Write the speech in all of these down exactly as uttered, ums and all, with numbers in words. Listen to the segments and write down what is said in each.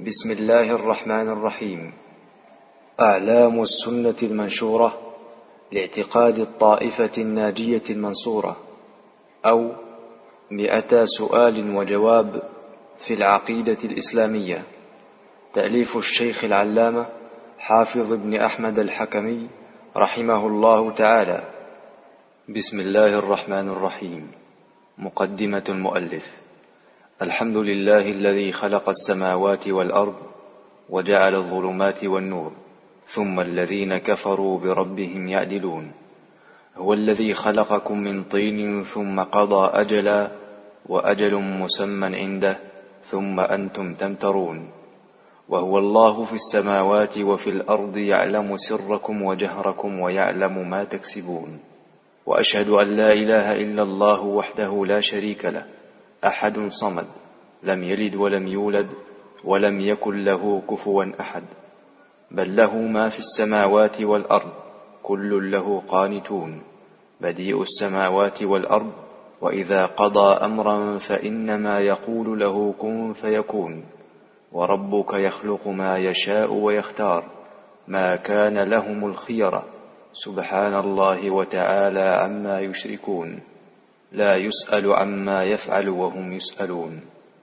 بسم الله الرحمن الرحيم. أعلام السنة المنشورة لاعتقاد الطائفة الناجية المنصورة، أو مئتا سؤال وجواب في العقيدة الإسلامية، تأليف الشيخ العلامة حافظ بن أحمد الحكمي رحمه الله تعالى. بسم الله الرحمن الرحيم. مقدمة المؤلف: الحمد لله الذي خلق السماوات والأرض وجعل الظلمات والنور، ثم الذين كفروا بربهم يعدلون. هو الذي خلقكم من طين ثم قضى أجلا وأجل مسمى عنده ثم أنتم تمترون. وهو الله في السماوات وفي الأرض يعلم سركم وجهركم ويعلم ما تكسبون. وأشهد أن لا إله إلا الله وحده لا شريك له، أحد صمد، لم يلد ولم يولد ولم يكن له كفوا أحد، بل له ما في السماوات والأرض، كل له قانتون. بديء السماوات والأرض، وإذا قضى أمرا فإنما يقول له كن فيكون. وربك يخلق ما يشاء ويختار، ما كان لهم الخيرة، سبحان الله وتعالى عما يشركون، لا يسأل عما يفعل وهم يسألون.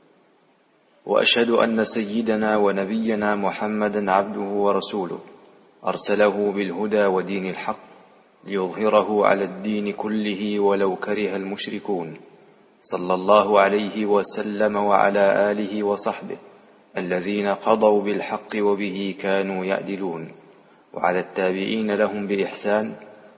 وأشهد أن سيدنا ونبينا محمدا عبده ورسوله، أرسله بالهدى ودين الحق ليظهره على الدين كله ولو كره المشركون، صلى الله عليه وسلم وعلى آله وصحبه الذين قضوا بالحق وبه كانوا يعدلون، وعلى التابعين لهم بإحسان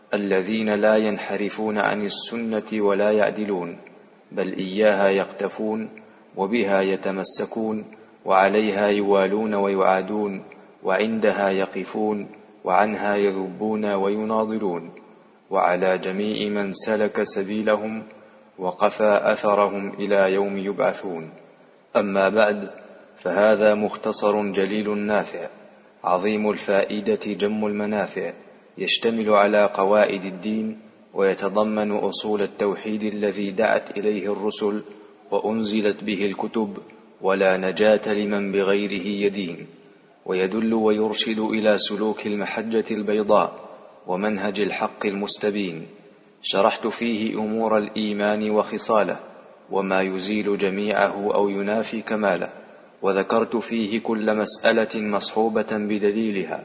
الذين لا ينحرفون عن السنة ولا يعدلون، بل إياها يقتفون وبها يتمسكون، وعليها يوالون ويعادون، وعندها يقفون وعنها يذبون ويناظرون. وعلى جميع من سلك سبيلهم وقفى أثرهم إلى يوم يبعثون. أما بعد، فهذا مختصر جليل نافع عظيم الفائدة جم المنافع، يشتمل على قواعد الدين، ويتضمن أصول التوحيد الذي دعت إليه الرسل وأنزلت به الكتب، ولا نجاة لمن بغيره يدين، ويدل ويرشد إلى سلوك المحجة البيضاء ومنهج الحق المستبين. شرحت فيه أمور الإيمان وخصاله، وما يزيل جميعه أو ينافي كماله، وذكرت فيه كل مسألة مصحوبة بدليلها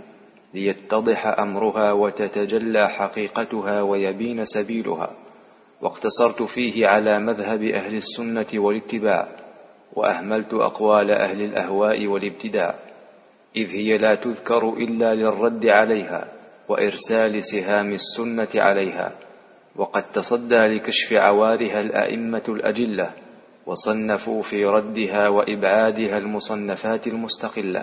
ليتضح أمرها وتتجلى حقيقتها ويبين سبيلها. واقتصرت فيه على مذهب أهل السنة والاتباع، وأهملت أقوال أهل الأهواء والابتداع، إذ هي لا تذكر إلا للرد عليها وإرسال سهام السنة عليها. وقد تصدى لكشف عوارها الأئمة الأجلة، وصنفوا في ردها وإبعادها المصنفات المستقلة،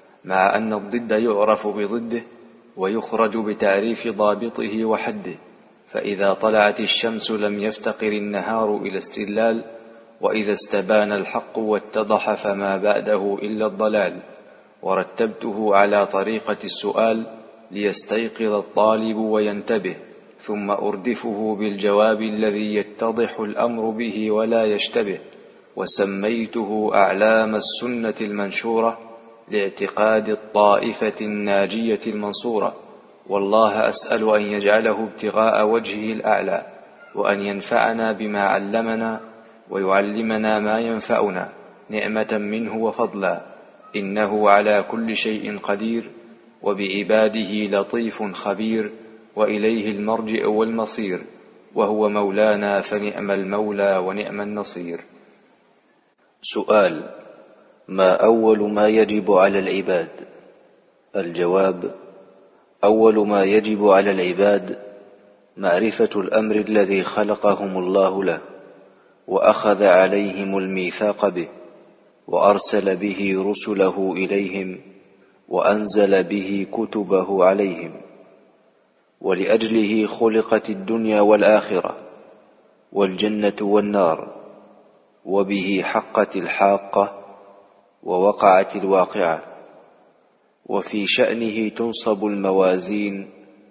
مع أن الضد يعرف بضده ويخرج بتعريف ضابطه وحده. فإذا طلعت الشمس لم يفتقر النهار إلى استدلال، وإذا استبان الحق واتضح فما بعده إلا الضلال. ورتبته على طريقة السؤال ليستيقظ الطالب وينتبه، ثم أردفه بالجواب الذي يتضح الأمر به ولا يشتبه. وسميته أعلام السنة المنشورة لاعتقاد الطائفة الناجية المنصورة. والله أسأل أن يجعله ابتغاء وجهه الأعلى، وأن ينفعنا بما علمنا ويعلمنا ما ينفعنا، نعمة منه وفضلا، إنه على كل شيء قدير، وبعباده لطيف خبير، وإليه المرجع والمصير، وهو مولانا فنعم المولى ونعم النصير. سؤال: ما أول ما يجب على العباد؟ الجواب: أول ما يجب على العباد معرفة الأمر الذي خلقهم الله له، وأخذ عليهم الميثاق به، وأرسل به رسله إليهم، وأنزل به كتبه عليهم، ولأجله خلقت الدنيا والآخرة، والجنة والنار، وبه حقت الحاقة ووقعت الواقعة، وفي شأنه تنصب الموازين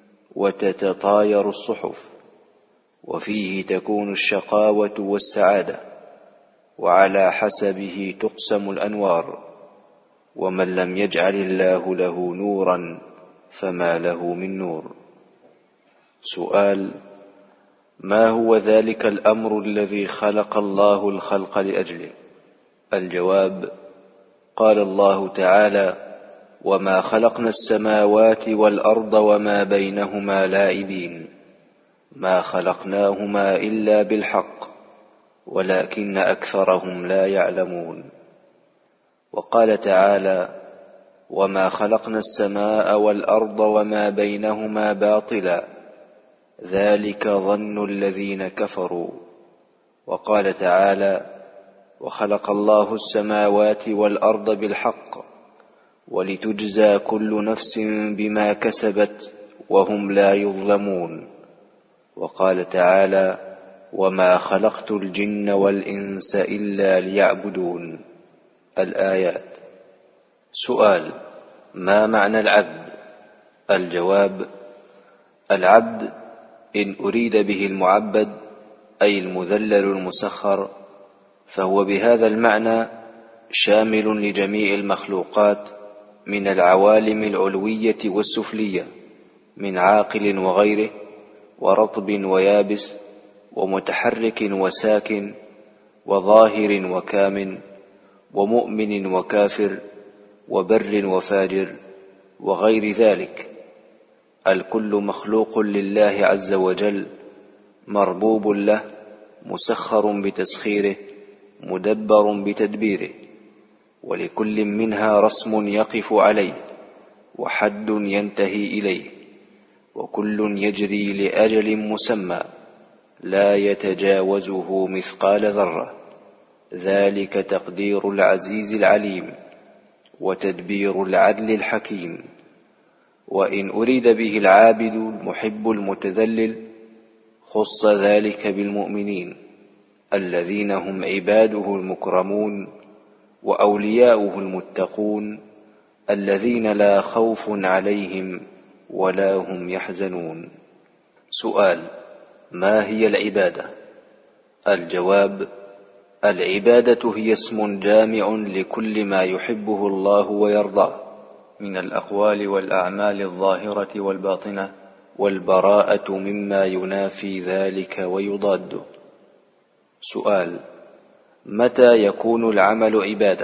وتتطاير الصحف، وفيه تكون الشقاوة والسعادة، وعلى حسبه تقسم الأنوار، ومن لم يجعل الله له نورا فما له من نور. سؤال: ما هو ذلك الأمر الذي خلق الله الخلق لأجله؟ الجواب: قال الله تعالى: وما خلقنا السماوات والأرض وما بينهما لاعبين، ما خلقناهما إلا بالحق ولكن أكثرهم لا يعلمون. وقال تعالى: وما خلقنا السماء والأرض وما بينهما باطلا ذلك ظن الذين كفروا. وقال تعالى: وخلق الله السماوات والأرض بالحق ولتجزى كل نفس بما كسبت وهم لا يظلمون. وقال تعالى: وما خلقت الجن والإنس إلا ليعبدون. الآيات. سؤال: ما معنى العبد؟ الجواب: العبد إن أريد به المعبد أي المذلل المسخر، فهو بهذا المعنى شامل لجميع المخلوقات من العوالم العلوية والسفلية، من عاقل وغيره، ورطب ويابس، ومتحرك وساكن، وظاهر وكامن، ومؤمن وكافر، وبر وفاجر، وغير ذلك. الكل مخلوق لله عز وجل، مربوب له، مسخر بتسخيره، مدبر بتدبيره، ولكل منها رسم يقف عليه وحد ينتهي إليه، وكل يجري لأجل مسمى لا يتجاوزه مثقال ذرة. ذلك تقدير العزيز العليم وتدبير العدل الحكيم. وإن أريد به العابد المحب المتذلل خص ذلك بالمؤمنين الذين هم عباده المكرمون وأولياؤه المتقون الذين لا خوف عليهم ولا هم يحزنون. سؤال: ما هي العبادة؟ الجواب: العبادة هي اسم جامع لكل ما يحبه الله ويرضاه من الأقوال والأعمال الظاهرة والباطنة، والبراءة مما ينافي ذلك ويضاده. سؤال: متى يكون العمل عبادة؟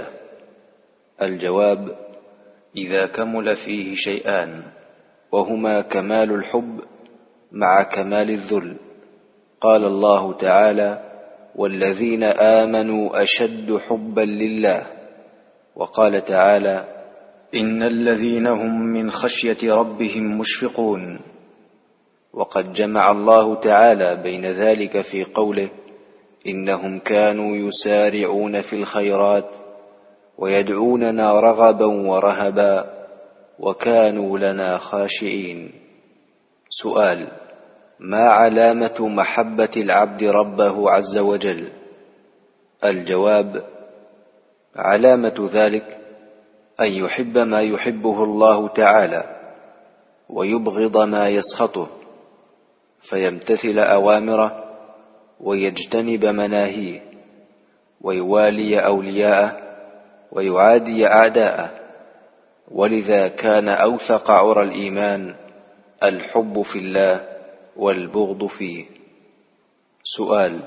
الجواب: إذا كمل فيه شيئان، وهما كمال الحب مع كمال الذل. قال الله تعالى: والذين آمنوا أشد حبا لله. وقال تعالى: إن الذين هم من خشية ربهم مشفقون. وقد جمع الله تعالى بين ذلك في قوله: إنهم كانوا يسارعون في الخيرات ويدعوننا رغبا ورهبا وكانوا لنا خاشعين. سؤال: ما علامة محبة العبد ربه عز وجل؟ الجواب: علامة ذلك أن يحب ما يحبه الله تعالى ويبغض ما يسخطه، فيمتثل أوامره ويجتنب مناهيه، ويوالي أولياءه ويعادي أعداءه. ولذا كان أوثق عرى الإيمان الحب في الله والبغض فيه. سؤال: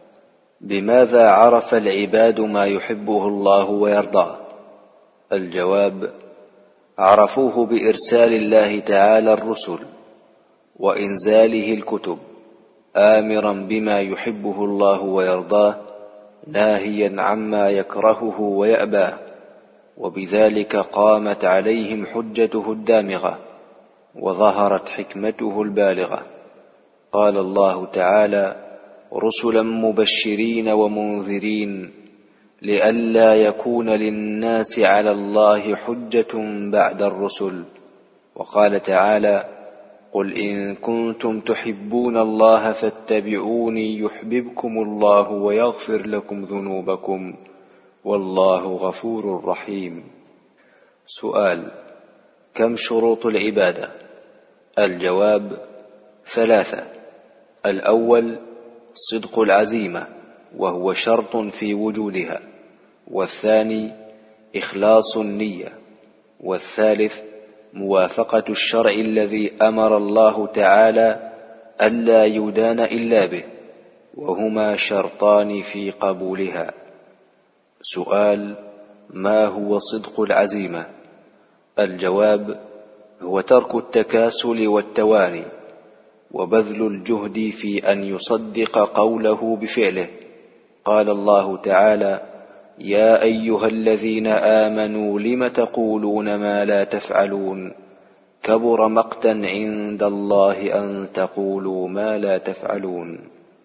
بماذا عرف العباد ما يحبه الله ويرضاه؟ الجواب: عرفوه بإرسال الله تعالى الرسل وإنزاله الكتب، آمرا بما يحبه الله ويرضاه، ناهيا عما يكرهه ويأباه، وبذلك قامت عليهم حجته الدامغة وظهرت حكمته البالغة. قال الله تعالى: رسلا مبشرين ومنذرين لئلا يكون للناس على الله حجة بعد الرسل. وقال تعالى: قل إن كنتم تحبون الله فاتبعوني يحببكم الله ويغفر لكم ذنوبكم والله غفور رحيم. سؤال: كم شروط العبادة؟ الجواب: ثلاثة. الأول صدق العزيمة وهو شرط في وجودها، والثاني إخلاص النية، والثالث موافقة الشرع الذي أمر الله تعالى ألا يدان إلا به، وهما شرطان في قبولها. سؤال: ما هو صدق العزيمة؟ الجواب: هو ترك التكاسل والتواني، وبذل الجهد في أن يصدق قوله بفعله. قال الله تعالى: يا أيها الذين آمنوا لم تقولون ما لا تفعلون كبر مقتا عند الله أن تقولوا ما لا تفعلون.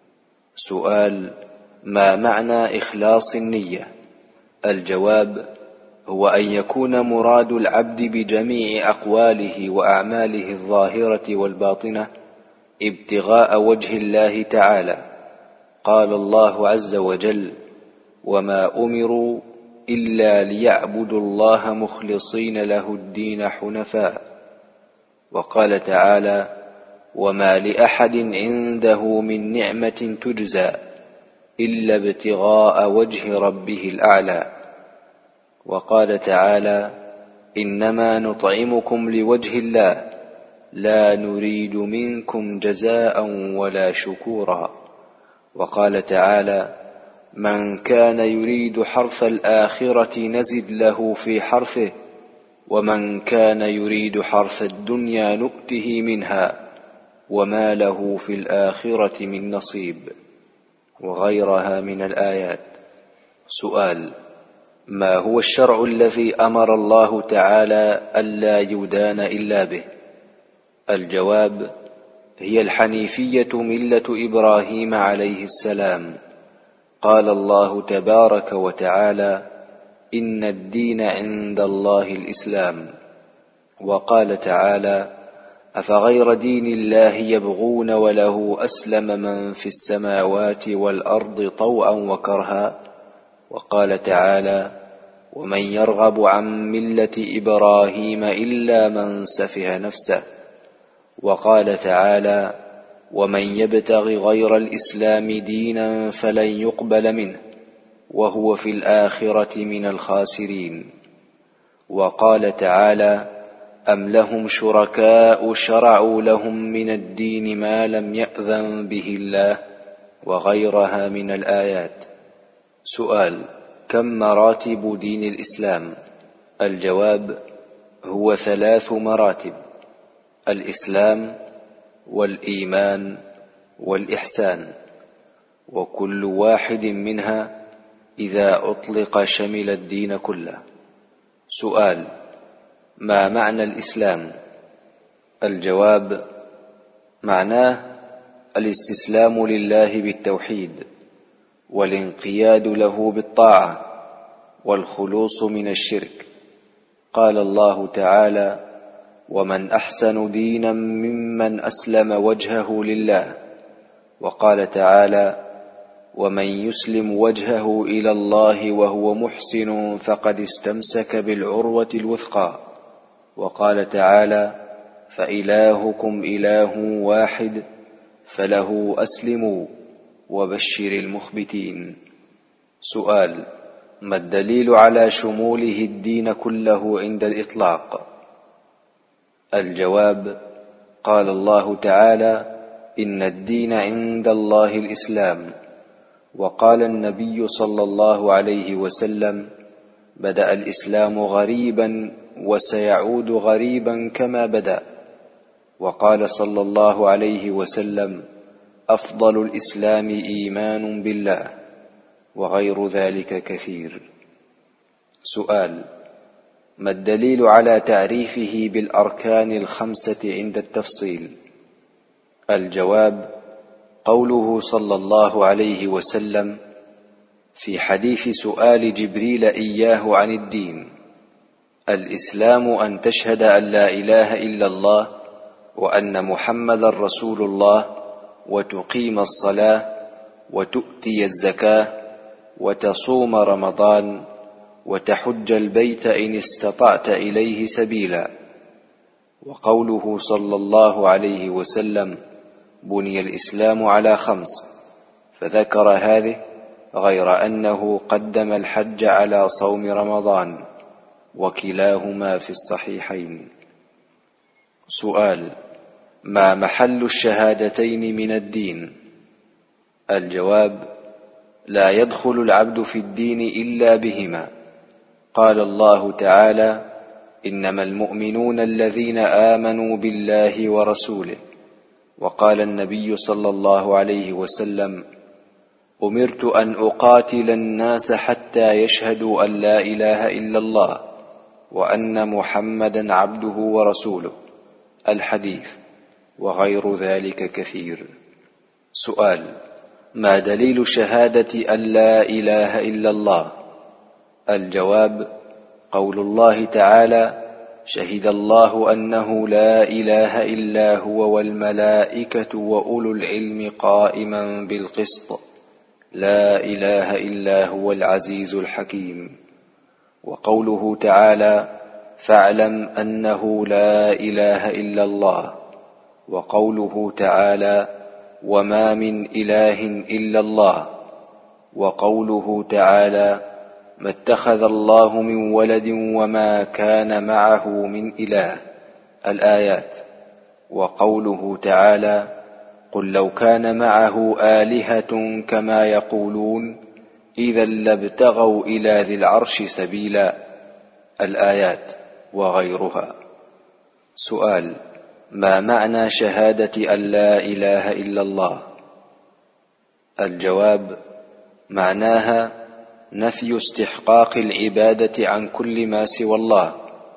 سؤال: ما معنى إخلاص النية؟ الجواب: هو أن يكون مراد العبد بجميع أقواله وأعماله الظاهرة والباطنة ابتغاء وجه الله تعالى. قال الله عز وجل: وما أمروا إلا ليعبدوا الله مخلصين له الدين حنفاء. وقال تعالى: وما لأحد عنده من نعمة تجزى إلا ابتغاء وجه ربه الأعلى. وقال تعالى: إنما نطعمكم لوجه الله لا نريد منكم جزاء ولا شكورا. وقال تعالى: من كان يريد حرث الآخرة نزد له في حرثه ومن كان يريد حرث الدنيا نؤته منها وما له في الآخرة من نصيب، وغيرها من الآيات. سؤال: ما هو الشرع الذي أمر الله تعالى ألا يدان إلا به؟ الجواب: هي الحنيفية ملة إبراهيم عليه السلام. قال الله تبارك وتعالى: إن الدين عند الله الإسلام. وقال تعالى: أفغير دين الله يبغون وله أسلم من في السماوات والأرض طوعا وكرها. وقال تعالى: ومن يرغب عن ملة إبراهيم إلا من سفه نفسه. وقال تعالى: ومن يبتغ غير الإسلام دينا فلن يقبل منه وهو في الآخرة من الخاسرين. وقال تعالى: أم لهم شركاء شرعوا لهم من الدين ما لم يأذن به الله، وغيرها من الآيات. سؤال: كم مراتب دين الإسلام؟ الجواب: هو ثلاث مراتب: الإسلام والإيمان والإحسان، وكل واحد منها إذا أطلق شمل الدين كله. سؤال: ما معنى الإسلام؟ الجواب: معناه الاستسلام لله بالتوحيد، والانقياد له بالطاعة، والخلوص من الشرك. قال الله تعالى: ومن أحسن دينا ممن أسلم وجهه لله. وقال تعالى: ومن يسلم وجهه إلى الله وهو محسن فقد استمسك بالعروة الوثقى. وقال تعالى: فإلهكم إله واحد فله أسلموا وبشر المخبتين. سؤال: ما الدليل على شموله الدين كله عند الإطلاق؟ الجواب: قال الله تعالى: إن الدين عند الله الإسلام. وقال النبي صلى الله عليه وسلم: بدأ الإسلام غريبا وسيعود غريبا كما بدأ. وقال صلى الله عليه وسلم: أفضل الإسلام إيمان بالله، وغير ذلك كثير. سؤال: ما الدليل على تعريفه بالأركان الخمسة عند التفصيل؟ الجواب: قوله صلى الله عليه وسلم في حديث سؤال جبريل إياه عن الدين: الإسلام أن تشهد أن لا إله إلا الله وأن محمد رسول الله، وتقيم الصلاة، وتؤتي الزكاة، وتصوم رمضان، وتحج البيت إن استطعت إليه سبيلا. وقوله صلى الله عليه وسلم: بني الإسلام على خمس، فذكر هذه غير أنه قدم الحج على صوم رمضان. وكلاهما في الصحيحين. سؤال: ما محل الشهادتين من الدين؟ الجواب: لا يدخل العبد في الدين إلا بهما. قال الله تعالى: إنما المؤمنون الذين آمنوا بالله ورسوله. وقال النبي صلى الله عليه وسلم: أمرت أن أقاتل الناس حتى يشهدوا أن لا إله إلا الله وأن محمدا عبده ورسوله. الحديث، وغير ذلك كثير. سؤال: ما دليل شهادة أن لا إله إلا الله؟ الجواب: قول الله تعالى: شهد الله أنه لا إله إلا هو والملائكة وأولو العلم قائما بالقسط، لا إله إلا هو العزيز الحكيم. وقوله تعالى: فاعلم أنه لا إله إلا الله. وقوله تعالى: وما من إله إلا الله. وقوله تعالى: ما اتخذ الله من ولد وما كان معه من إله. الآيات. وقوله تعالى: قل لو كان معه آلهة كما يقولون إذا لابتغوا إلى ذي العرش سبيلا. الآيات، وغيرها. سؤال: ما معنى شهادة أن لا إله إلا الله؟ الجواب: معناها نفي استحقاق العبادة عن كل ما سوى الله،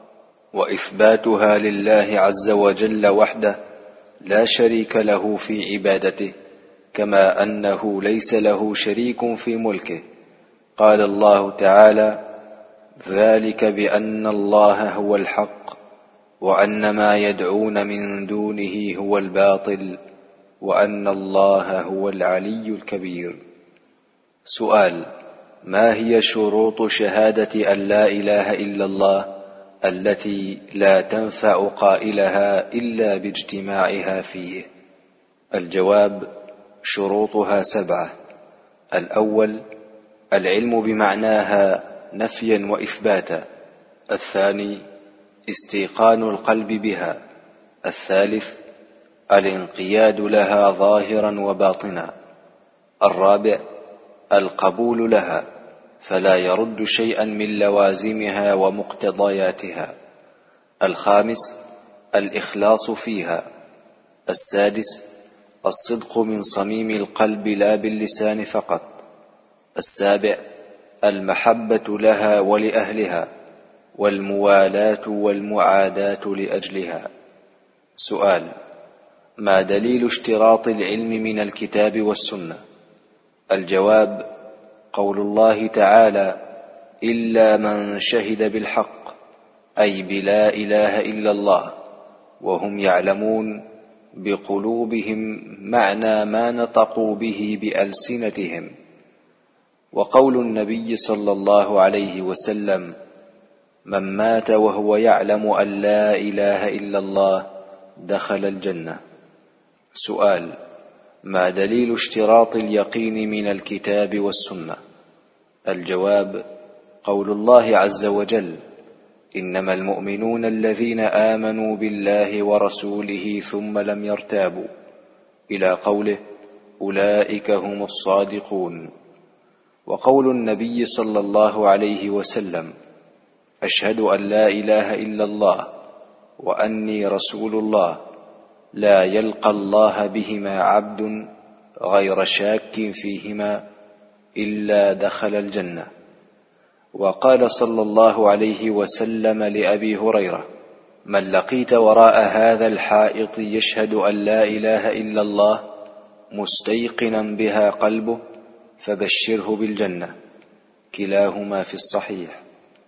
وإثباتها لله عز وجل وحده لا شريك له في عبادته، كما أنه ليس له شريك في ملكه. قال الله تعالى: ذلك بأن الله هو الحق وأن ما يدعون من دونه هو الباطل وأن الله هو العلي الكبير. سؤال: ما هي شروط شهادة أن لا إله إلا الله التي لا تنفع قائلها إلا باجتماعها فيه؟ الجواب: شروطها سبعة. الأول: العلم بمعناها نفيا وإثباتا. الثاني: استيقان القلب بها. الثالث: الانقياد لها ظاهرا وباطنا. الرابع: القبول لها فلا يرد شيئا من لوازمها ومقتضياتها. الخامس: الإخلاص فيها. السادس: الصدق من صميم القلب لا باللسان فقط. السابع: المحبة لها ولأهلها والموالاة والمعاداة لأجلها. سؤال: ما دليل اشتراط العلم من الكتاب والسنة؟ الجواب: قول الله تعالى: إلا من شهد بالحق، أي بلا إله إلا الله، وهم يعلمون بقلوبهم معنى ما نطقوا به بألسنتهم. وقول النبي صلى الله عليه وسلم: من مات وهو يعلم أن لا إله إلا الله دخل الجنة. سؤال: ما دليل اشتراط اليقين من الكتاب والسنة؟ الجواب: قول الله عز وجل: إنما المؤمنون الذين آمنوا بالله ورسوله ثم لم يرتابوا، إلى قوله: أولئك هم الصادقون. وقول النبي صلى الله عليه وسلم: أشهد أن لا إله إلا الله وأني رسول الله، لا يلقى الله بهما عبد غير شاك فيهما إلا دخل الجنة. وقال صلى الله عليه وسلم لأبي هريرة: من لقيت وراء هذا الحائط يشهد أن لا إله إلا الله مستيقنا بها قلبه فبشره بالجنة. كلاهما في الصحيح.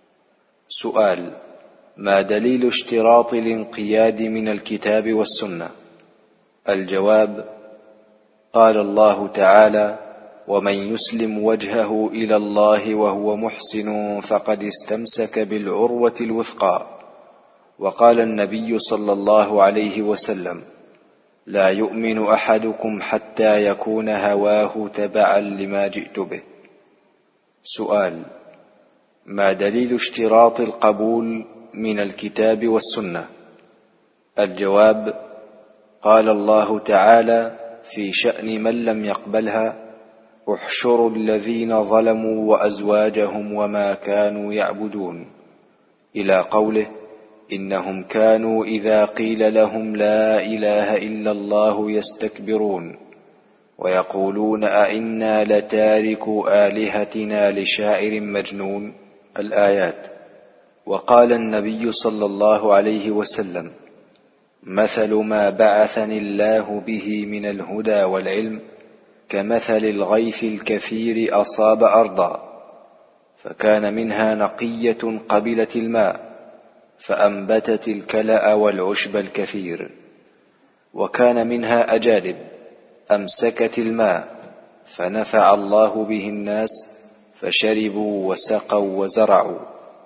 سؤال: ما دليل اشتراط الانقياد من الكتاب والسنة؟ الجواب: قال الله تعالى: ومن يسلم وجهه إلى الله وهو محسن فقد استمسك بالعروة الوثقى. وقال النبي صلى الله عليه وسلم: لا يؤمن أحدكم حتى يكون هواه تبعا لما جئت به. سؤال: ما دليل اشتراط القبول من الكتاب والسنة؟ الجواب: قال الله تعالى في شأن من لم يقبلها: احشروا الذين ظلموا وأزواجهم وما كانوا يعبدون، إلى قوله: إنهم كانوا إذا قيل لهم لا إله إلا الله يستكبرون ويقولون أئنا لتاركوا آلهتنا لشاعر مجنون، الآيات. وقال النبي صلى الله عليه وسلم: مثل ما بعثني الله به من الهدى والعلم كمثل الغيث الكثير أصاب أرضا فكان منها نقية قبلت الماء فأنبتت الكلأ والعشب الكثير، وكان منها أجادب أمسكت الماء فنفع الله به الناس فشربوا وسقوا وزرعوا.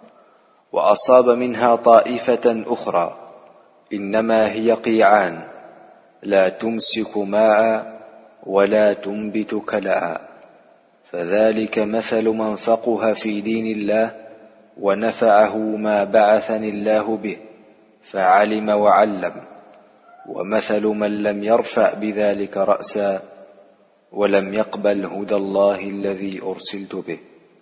وأصاب منها طائفة أخرى إنما هي قيعان لا تمسك ماء ولا تنبت كلأ، فذلك مثل من فقه في دين الله ونفعه ما بعثني الله به فعلم وعلم، ومثل من لم يرفع بذلك رأسا ولم يقبل هدى الله الذي أرسلت به.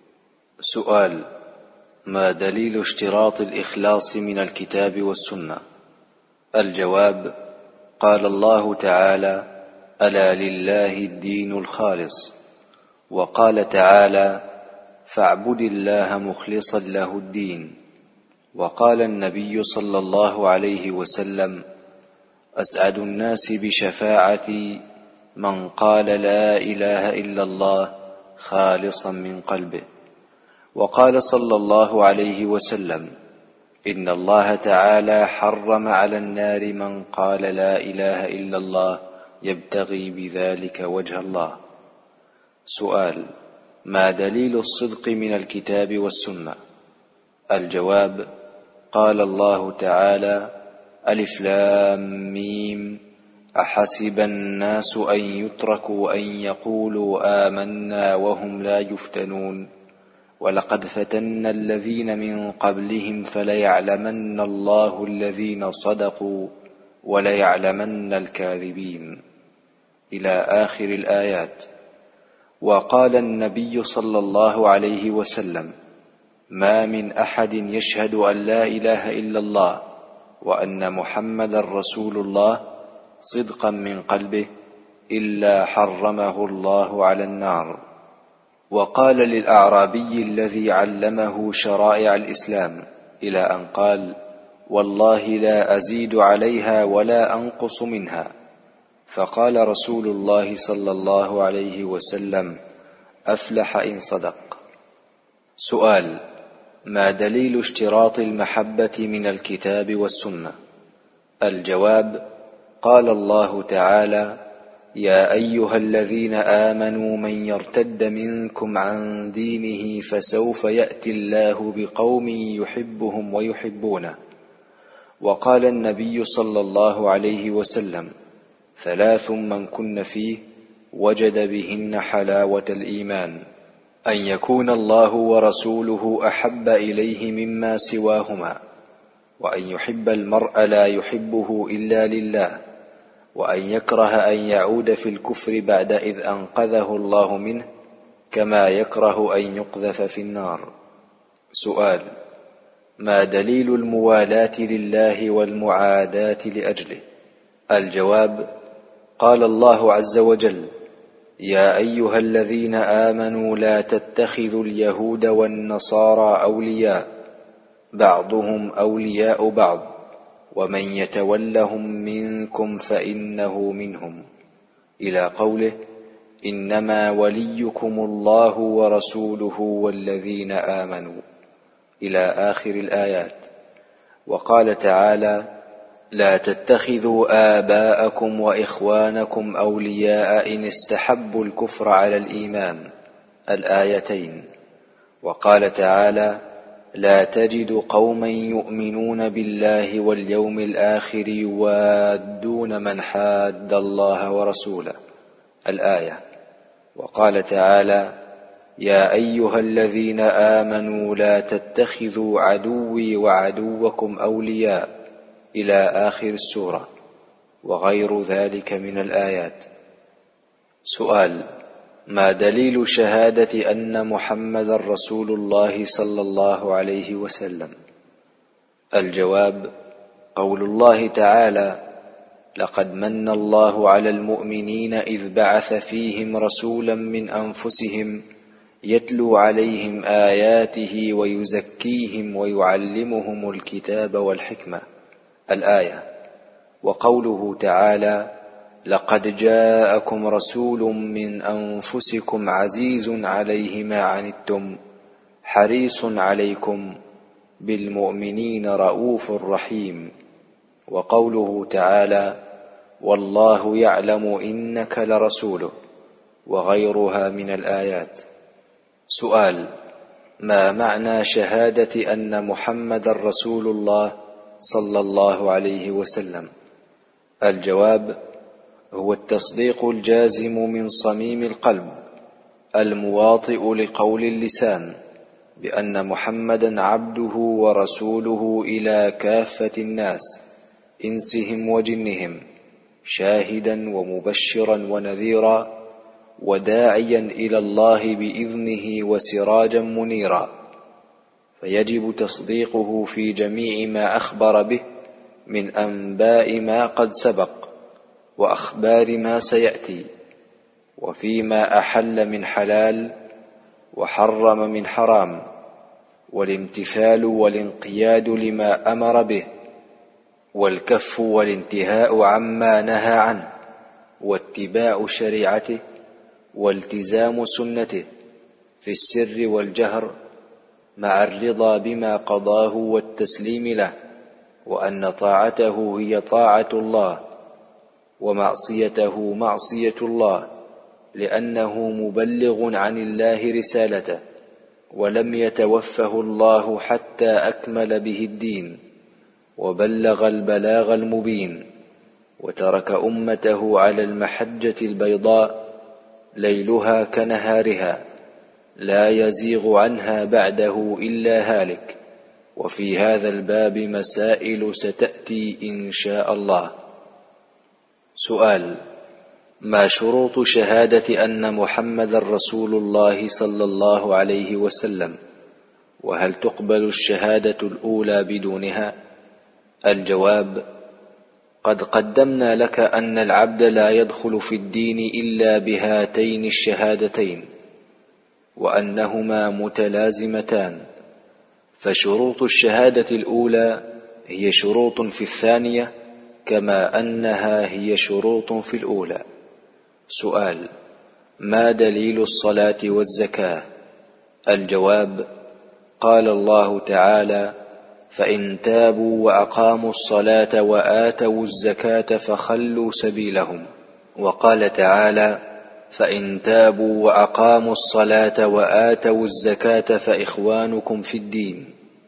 سؤال: ما دليل اشتراط الإخلاص من الكتاب والسنة؟ الجواب: قال الله تعالى: ألا لله الدين الخالص. وقال تعالى: فاعبد الله مخلصا له الدين. وقال النبي صلى الله عليه وسلم: أسعد الناس بشفاعتي من قال لا إله إلا الله خالصا من قلبه. وقال صلى الله عليه وسلم: إن الله تعالى حرم على النار من قال لا إله إلا الله يبتغي بذلك وجه الله. سؤال: ما دليل الصدق من الكتاب والسنة؟ الجواب: قال الله تعالى: ألف لام ميم أحسب الناس أن يتركوا أن يقولوا آمنا وهم لا يفتنون ولقد فتنا الذين من قبلهم فليعلمن الله الذين صدقوا وليعلمن الكاذبين، إلى آخر الآيات. وقال النبي صلى الله عليه وسلم: ما من أحد يشهد أن لا إله إلا الله وأن محمدا رسول الله صدقا من قلبه إلا حرمه الله على النار. وقال للأعرابي الذي علمه شرائع الإسلام إلى أن قال: والله لا أزيد عليها ولا أنقص منها، فقال رسول الله صلى الله عليه وسلم: أفلح إن صدق. سؤال: ما دليل اشتراط المحبة من الكتاب والسنة؟ الجواب: قال الله تعالى: يا أيها الذين آمنوا من يرتد منكم عن دينه فسوف يأتي الله بقوم يحبهم ويحبونه. وقال النبي صلى الله عليه وسلم: ثلاث من كن فيه وجد بهن حلاوة الإيمان: أن يكون الله ورسوله أحب إليه مما سواهما، وأن يحب المرء لا يحبه إلا لله، وأن يكره أن يعود في الكفر بعد إذ أنقذه الله منه، كما يكره أن يقذف في النار. سؤال: ما دليل الموالاة لله والمعاداة لأجله؟ الجواب: قال الله عز وجل: يا أيها الذين آمنوا لا تتخذوا اليهود والنصارى أولياء بعضهم أولياء بعض ومن يتولهم منكم فإنه منهم، إلى قوله: إنما وليكم الله ورسوله والذين آمنوا، إلى آخر الآيات. وقال تعالى: لا تتخذوا آباءكم وإخوانكم أولياء إن استحبوا الكفر على الإيمان، الآيتين. وقال تعالى: لا تجد قوما يؤمنون بالله واليوم الآخر يوادون من حاد الله ورسوله، الآية. وقال تعالى: يا أيها الذين آمنوا لا تتخذوا عدوي وعدوكم أولياء إلى آخر السورة، وغير ذلك من الآيات. سؤال: ما دليل شهادة أن محمد رسول الله صلى الله عليه وسلم؟ الجواب: قول الله تعالى: لقد من الله على المؤمنين إذ بعث فيهم رسولا من أنفسهم يتلو عليهم آياته ويزكيهم ويعلمهم الكتاب والحكمة، الآية. وقوله تعالى: لقد جاءكم رسول من أنفسكم عزيز عليه ما عنتم حريص عليكم بالمؤمنين رؤوف رحيم. وقوله تعالى: والله يعلم إنك لرسوله، وغيرها من الآيات. سؤال: ما معنى شهادة أن محمد رسول الله صلى الله عليه وسلم؟ الجواب: هو التصديق الجازم من صميم القلب المواطئ لقول اللسان بأن محمدا عبده ورسوله إلى كافة الناس إنسهم وجنهم، شاهدا ومبشرا ونذيرا، وداعيا إلى الله بإذنه وسراجا منيرا. فيجب تصديقه في جميع ما أخبر به من أنباء ما قد سبق وأخبار ما سيأتي، وفيما أحل من حلال وحرم من حرام، والامتثال والانقياد لما أمر به، والكف والانتهاء عما نهى عنه، واتباع شريعته والتزام سنته في السر والجهر، مع الرضا بما قضاه والتسليم له، وأن طاعته هي طاعة الله ومعصيته معصية الله، لأنه مبلغ عن الله رسالته، ولم يتوفه الله حتى أكمل به الدين وبلغ البلاغ المبين، وترك أمته على المحجة البيضاء ليلها كنهارها لا يزيغ عنها بعده إلا هالك. وفي هذا الباب مسائل ستأتي إن شاء الله. سؤال: ما شروط شهادة أن محمد رسول الله صلى الله عليه وسلم؟ وهل تقبل الشهادة الأولى بدونها؟ الجواب: قد قدمنا لك أن العبد لا يدخل في الدين إلا بهاتين الشهادتين، وأنهما متلازمتان. فشروط الشهادة الأولى هي شروط في الثانية، كما أنها هي شروط في الأولى. سؤال: ما دليل الصلاة والزكاة؟ الجواب: قال الله تعالى: فإن تابوا وأقاموا الصلاة وآتوا الزكاة فخلوا سبيلهم. وقال تعالى: فإن تابوا وأقاموا الصلاة وآتوا الزكاة فإخوانكم في الدين.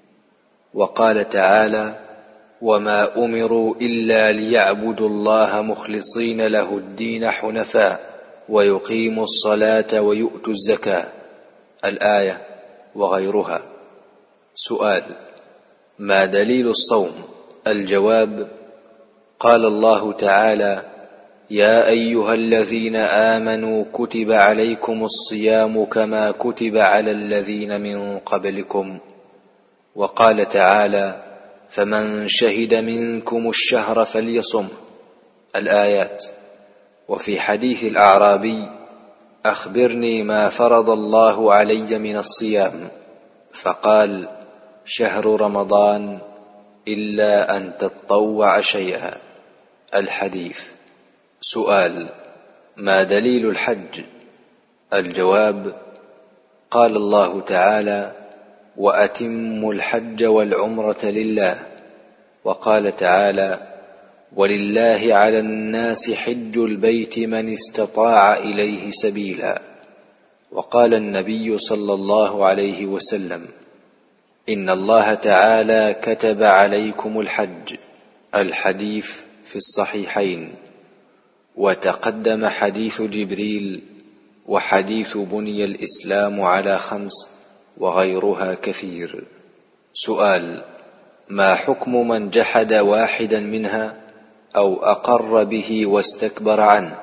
وقال تعالى: وما أمروا إلا ليعبدوا الله مخلصين له الدين حنفاء ويقيموا الصلاة ويؤتوا الزكاة، الآية، وغيرها. سؤال: ما دليل الصوم؟ الجواب: قال الله تعالى: يا أيها الذين آمنوا كتب عليكم الصيام كما كتب على الذين من قبلكم. وقال تعالى: فمن شهد منكم الشهر فليصم، الآيات. وفي حديث الأعرابي: أخبرني ما فرض الله علي من الصيام، فقال: شهر رمضان إلا أن تتطوع شيئا، الحديث. سؤال: ما دليل الحج؟ الجواب: قال الله تعالى: وأتموا الحج والعمرة لله. وقال تعالى: ولله على الناس حج البيت من استطاع إليه سبيلا. وقال النبي صلى الله عليه وسلم: إن الله تعالى كتب عليكم الحج، الحديث في الصحيحين. وتقدم حديث جبريل وحديث بني الإسلام على خمس، وغيرها كثير. سؤال: ما حكم من جحد واحدا منها أو أقر به واستكبر عنه؟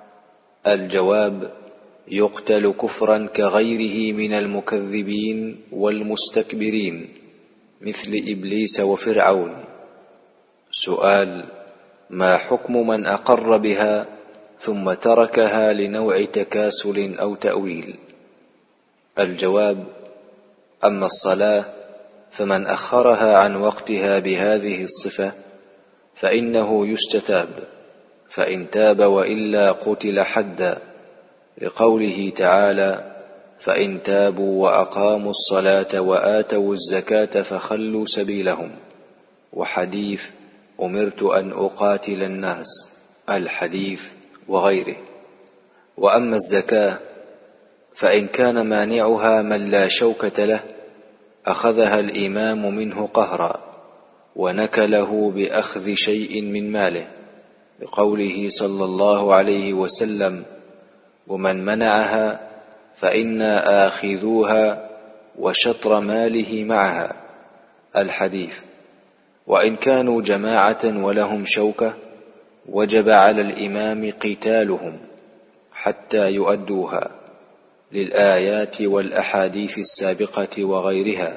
الجواب: يقتل كفرا كغيره من المكذبين والمستكبرين مثل إبليس وفرعون. سؤال: ما حكم من أقر بها ثم تركها لنوع تكاسل أو تأويل؟ الجواب: أما الصلاة فمن أخرها عن وقتها بهذه الصفة فإنه يستتاب، فإن تاب وإلا قتل حدا، لقوله تعالى: فإن تابوا وأقاموا الصلاة وآتوا الزكاة فخلوا سبيلهم، وحديث أمرت أن أقاتل الناس الحديث وغيره. وأما الزكاة فإن كان مانعها من لا شوكة له أخذها الإمام منه قهرا ونكله بأخذ شيء من ماله، بقوله صلى الله عليه وسلم: ومن منعها فإنا آخذوها وشطر ماله معها الحديث. وإن كانوا جماعة ولهم شوكة وجب على الإمام قتالهم حتى يؤدوها، للآيات والأحاديث السابقة وغيرها،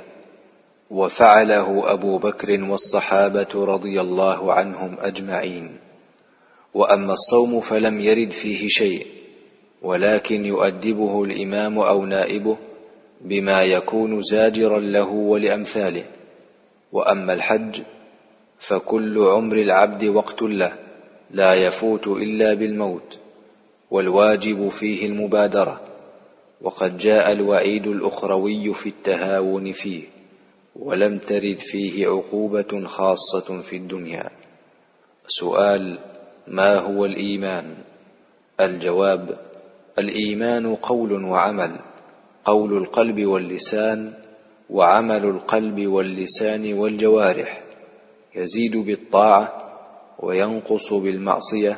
وفعله أبو بكر والصحابة رضي الله عنهم أجمعين. وأما الصوم فلم يرد فيه شيء، ولكن يؤدبه الإمام أو نائبه بما يكون زاجرا له ولأمثاله. وأما الحج فكل عمر العبد وقت له لا يفوت إلا بالموت، والواجب فيه المبادرة، وقد جاء الوعيد الأخروي في التهاون فيه، ولم ترد فيه عقوبة خاصة في الدنيا. سؤال: ما هو الإيمان؟ الجواب: الإيمان قول وعمل، قول القلب واللسان، وعمل القلب واللسان والجوارح، يزيد بالطاعة وينقص بالمعصية،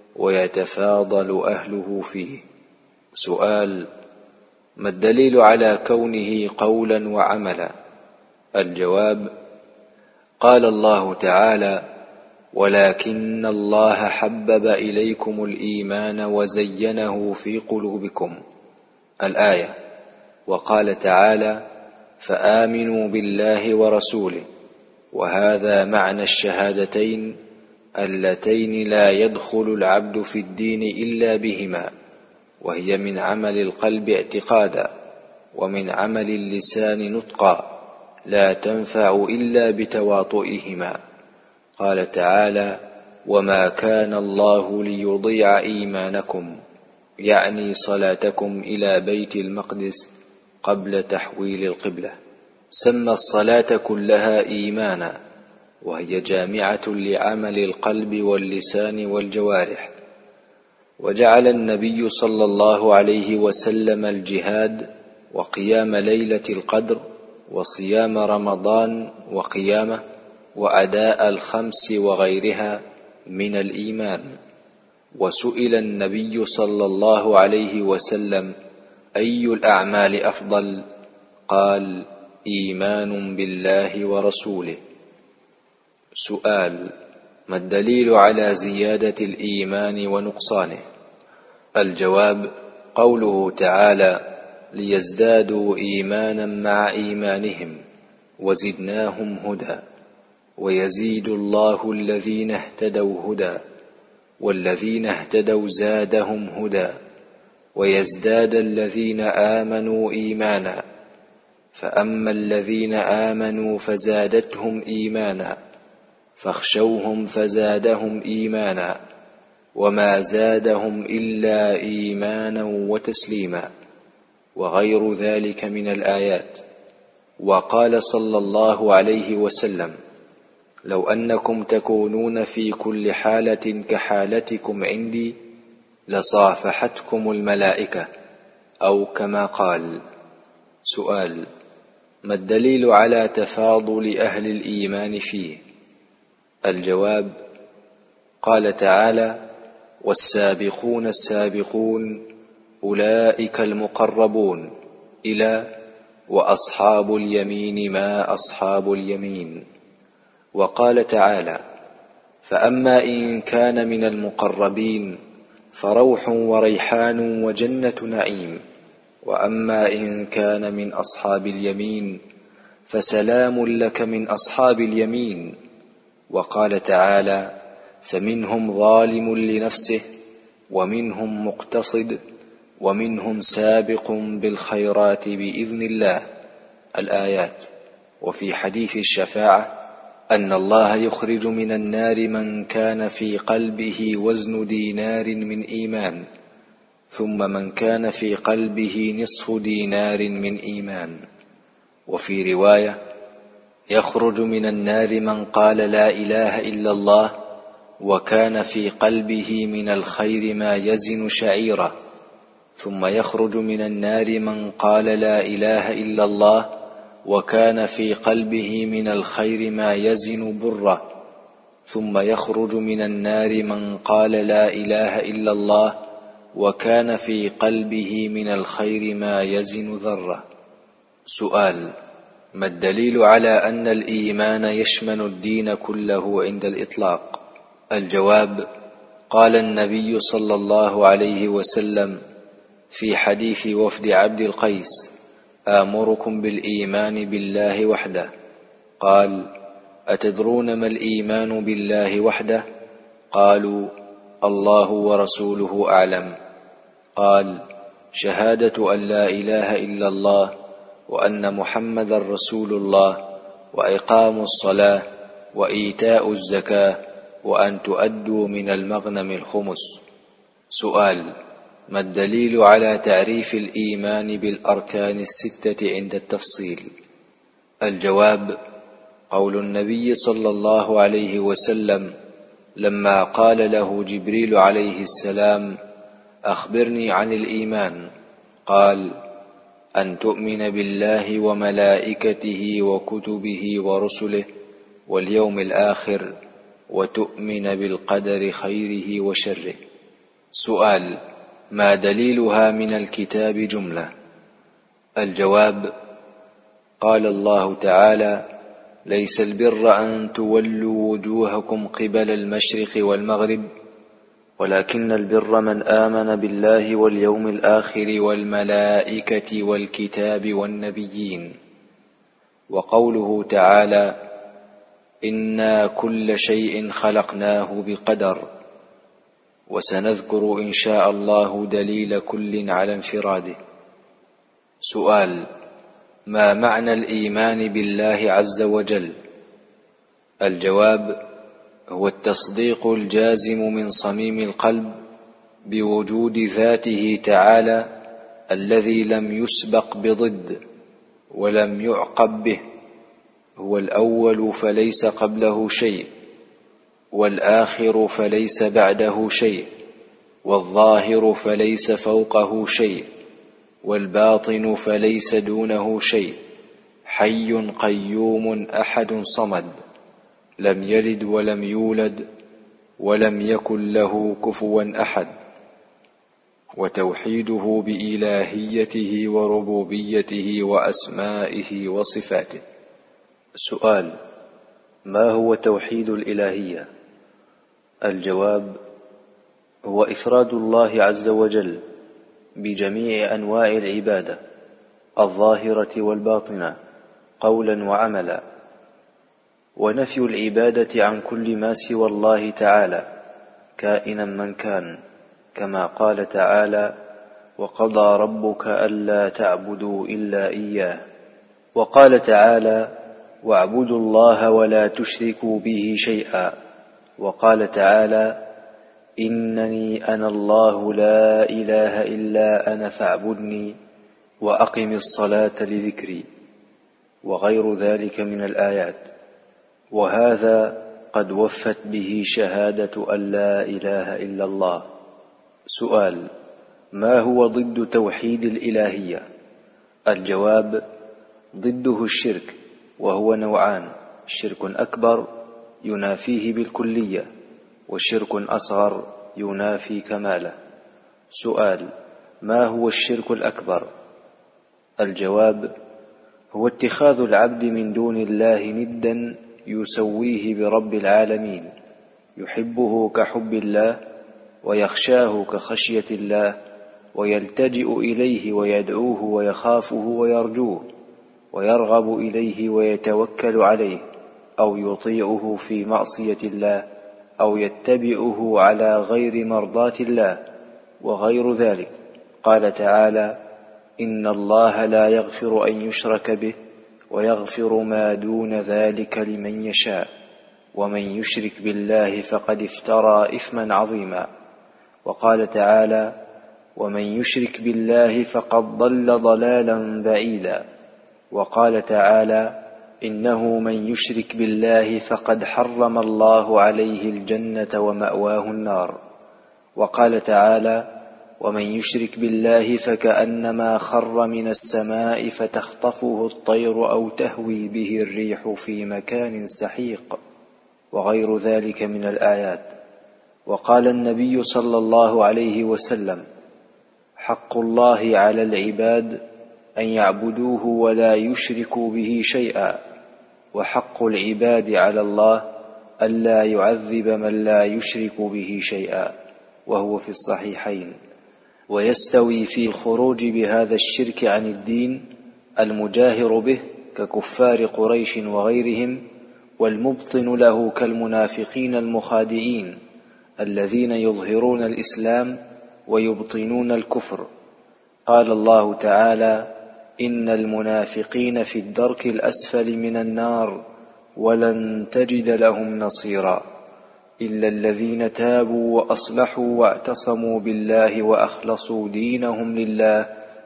ويتفاضل أهله فيه. سؤال: ما الدليل على كونه قولا وعملا؟ الجواب: قال الله تعالى: ولكن الله حبب إليكم الإيمان وزينه في قلوبكم الآية. وقال تعالى: فآمنوا بالله ورسوله، وهذا معنى الشهادتين اللتين لا يدخل العبد في الدين إلا بهما، وهي من عمل القلب اعتقادا، ومن عمل اللسان نطقا، لا تنفع إلا بتواطئهما. قال تعالى: وما كان الله ليضيع إيمانكم، يعني صلاتكم إلى بيت المقدس قبل تحويل القبلة. سمى الصلاة كلها إيمانا، وهي جامعة لعمل القلب واللسان والجوارح. وجعل النبي صلى الله عليه وسلم الجهاد وقيام ليلة القدر وصيام رمضان وقيامه وأداء الخمس وغيرها من الإيمان. وسئل النبي صلى الله عليه وسلم: أي الأعمال أفضل؟ قال: إيمان بالله ورسوله. سؤال: ما الدليل على زيادة الإيمان ونقصانه؟ الجواب: قوله تعالى: ليزدادوا إيمانا مع إيمانهم وزدناهم هدى، ويزيد الله الذين اهتدوا هدى، والذين اهتدوا زادهم هدى، ويزداد الذين آمنوا إيمانا. فأما الذين آمنوا فزادتهم إيمانا، فاخشوهم فزادهم إيمانا، وما زادهم إلا إيمانا وتسليما، وغير ذلك من الآيات. وقال صلى الله عليه وسلم: لو أنكم تكونون في كل حالة كحالتكم عندي لصافحتكم الملائكة، أو كما قال. سؤال: ما الدليل على تفاضل أهل الإيمان فيه؟ الجواب: قال تعالى: والسابقون السابقون أولئك المقربون إلى وأصحاب اليمين ما أصحاب اليمين. وقال تعالى: فأما إن كان من المقربين فروح وريحان وجنة نعيم، وأما إن كان من أصحاب اليمين فسلام لك من أصحاب اليمين. وقال تعالى: فمنهم ظالم لنفسه ومنهم مقتصد ومنهم سابق بالخيرات بإذن الله. الآيات. وفي حديث الشفاعة أن الله يخرج من النار من كان في قلبه وزن دينار من إيمان، ثم من كان في قلبه نصف دينار من إيمان. وفي رواية: يخرج من النار من قال لا إله إلا الله وكان في قلبه من الخير ما يزن شعيرة، ثم يخرج من النار من قال لا إله إلا الله وكان في قلبه من الخير ما يزن برة، ثم يخرج من النار من قال لا إله إلا الله وكان في قلبه من الخير ما يزن ذرة. سؤال: ما الدليل على أن الإيمان يشمل الدين كله عند الإطلاق؟ الجواب: قال النبي صلى الله عليه وسلم في حديث وفد عبد القيس: آمركم بالإيمان بالله وحده. قال: أتدرون ما الإيمان بالله وحده؟ قالوا: الله ورسوله أعلم. قال: شهادة أن لا إله إلا الله وأن محمد رسول الله، وإقام الصلاة، وإيتاء الزكاة، وأن تؤدوا من المغنم الخمس. سؤال: ما الدليل على تعريف الإيمان بالأركان الستة عند التفصيل؟ الجواب: قول النبي صلى الله عليه وسلم لما قال له جبريل عليه السلام: أخبرني عن الإيمان. قال: أن تؤمن بالله وملائكته وكتبه ورسله واليوم الآخر، وتؤمن بالقدر خيره وشره. سؤال: ما دليلها من الكتاب جملة؟ الجواب: قال الله تعالى: ليس البر أن تولوا وجوهكم قبل المشرق والمغرب، ولكن البر من آمن بالله واليوم الآخر والملائكة والكتاب والنبيين. وقوله تعالى: إنا كل شيء خلقناه بقدر. وسنذكر إن شاء الله دليل كل على انفراده. سؤال: ما معنى الإيمان بالله عز وجل؟ الجواب: هو التصديق الجازم من صميم القلب بوجود ذاته تعالى الذي لم يسبق بضد ولم يعقب به. هو الأول فليس قبله شيء، والآخر فليس بعده شيء، والظاهر فليس فوقه شيء، والباطن فليس دونه شيء، حي قيوم أحد صمد، لم يلد ولم يولد ولم يكن له كفوا أحد. وتوحيده بإلهيته وربوبيته وأسمائه وصفاته. سؤال: ما هو توحيد الإلهية؟ الجواب: هو إفراد الله عز وجل بجميع أنواع العبادة الظاهرة والباطنة قولا وعملا، ونفي العبادة عن كل ما سوى الله تعالى كائنا من كان، كما قال تعالى: وقضى ربك ألا تعبدوا إلا إياه. وقال تعالى: واعبدوا الله ولا تشركوا به شيئا. وقال تعالى: إنني أنا الله لا إله إلا أنا فاعبدني وأقم الصلاة لذكري، وغير ذلك من الآيات. وهذا قد وفت به شهادة أن لا إله إلا الله. سؤال: ما هو ضد توحيد الإلهية؟ الجواب: ضده الشرك، وهو نوعان: شرك أكبر ينافيه بالكلية، وشرك أصغر ينافي كماله. سؤال: ما هو الشرك الأكبر؟ الجواب: هو اتخاذ العبد من دون الله ندا يسويه برب العالمين، يحبه كحب الله، ويخشاه كخشية الله، ويلتجئ إليه ويدعوه ويخافه ويرجوه، ويرغب إليه ويتوكل عليه، أو يطيعه في معصية الله، أو يتبعه على غير مرضاة الله، وغير ذلك. قال تعالى: إن الله لا يغفر أن يشرك به ويغفر ما دون ذلك لمن يشاء، ومن يشرك بالله فقد افترى إثما عظيما. وقال تعالى: ومن يشرك بالله فقد ضل ضلالا بعيدا. وقال تعالى: إنه من يشرك بالله فقد حرم الله عليه الجنة ومأواه النار. وقال تعالى: ومن يشرك بالله فكأنما خر من السماء فتخطفه الطير أو تهوي به الريح في مكان سحيق، وغير ذلك من الآيات. وقال النبي صلى الله عليه وسلم: حق الله على العباد أن يعبدوه ولا يشركوا به شيئا، وحق العباد على الله ألا يعذب من لا يشرك به شيئا، وهو في الصحيحين. ويستوي في الخروج بهذا الشرك عن الدين المجاهر به ككفار قريش وغيرهم، والمبطن له كالمنافقين المخادعين الذين يظهرون الإسلام ويبطنون الكفر. قال الله تعالى: إن المنافقين في الدرك الأسفل من النار ولن تجد لهم نصيرا إلا الذين تابوا وأصلحوا واعتصموا بالله وأخلصوا دينهم لله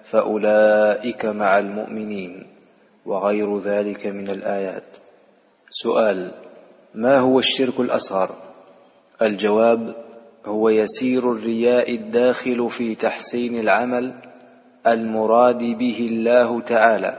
فأولئك مع المؤمنين، وغير ذلك من الآيات. سؤال: ما هو الشرك الأصغر؟ الجواب: هو يسير الرياء الداخل في تحسين العمل المراد به الله تعالى.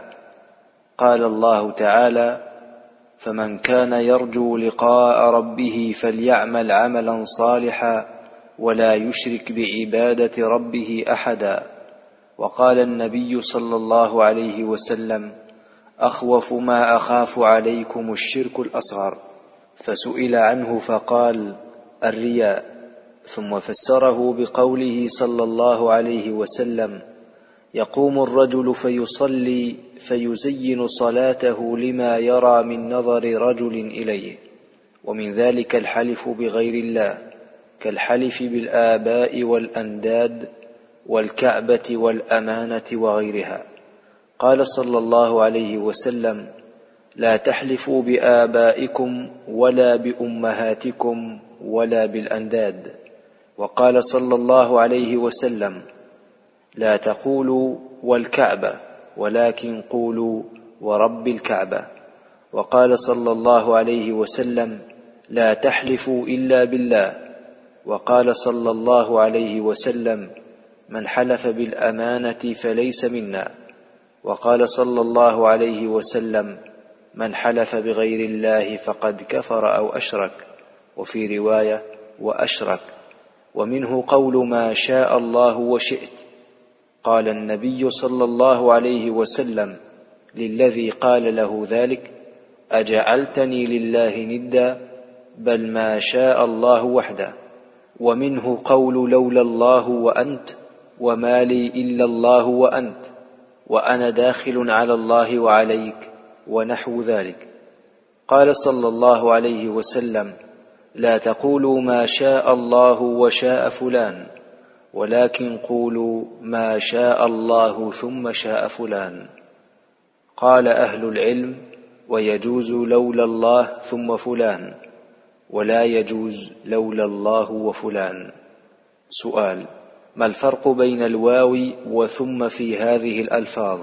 قال الله تعالى: فمن كان يرجو لقاء ربه فليعمل عملا صالحا ولا يشرك بعبادة ربه أحدا. وقال النبي صلى الله عليه وسلم: أخوف ما أخاف عليكم الشرك الأصغر. فسئل عنه فقال: الرياء. ثم فسره بقوله صلى الله عليه وسلم: يقوم الرجل فيصلي فيزين صلاته لما يرى من نظر رجل إليه، ومن ذلك الحلف بغير الله كالحلف بالآباء والأنداد والكعبة والأمانة وغيرها. قال صلى الله عليه وسلم: لا تحلفوا بآبائكم ولا بأمهاتكم ولا بالأنداد. وقال صلى الله عليه وسلم: لا تقولوا والكعبة ولكن قولوا ورب الكعبة. وقال صلى الله عليه وسلم: لا تحلفوا إلا بالله. وقال صلى الله عليه وسلم: من حلف بالأمانة فليس منا. وقال صلى الله عليه وسلم: من حلف بغير الله فقد كفر أو أشرك، وفي رواية: وأشرك. ومنه قول ما شاء الله وشئت. قال النبي صلى الله عليه وسلم للذي قال له ذلك: أجعلتني لله ندا؟ بل ما شاء الله وحده. ومنه قول لولا الله وأنت، وما لي إلا الله وأنت، وأنا داخل على الله وعليك، ونحو ذلك. قال صلى الله عليه وسلم: لا تقولوا ما شاء الله وشاء فلان، ولكن قولوا ما شاء الله ثم شاء فلان. قال أهل العلم: ويجوز لولا الله ثم فلان، ولا يجوز لولا الله وفلان. سؤال: ما الفرق بين الواو وثم في هذه الألفاظ؟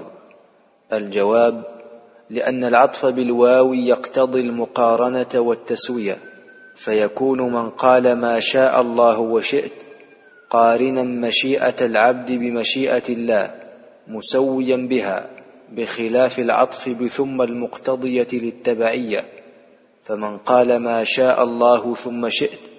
الجواب: لأن العطف بالواو يقتضي المقارنة والتسوية، فيكون من قال ما شاء الله وشئت قارنا مشيئة العبد بمشيئة الله مسويا بها، بخلاف العطف بثم المقتضية للتبعية. فمن قال ما شاء الله ثم شئت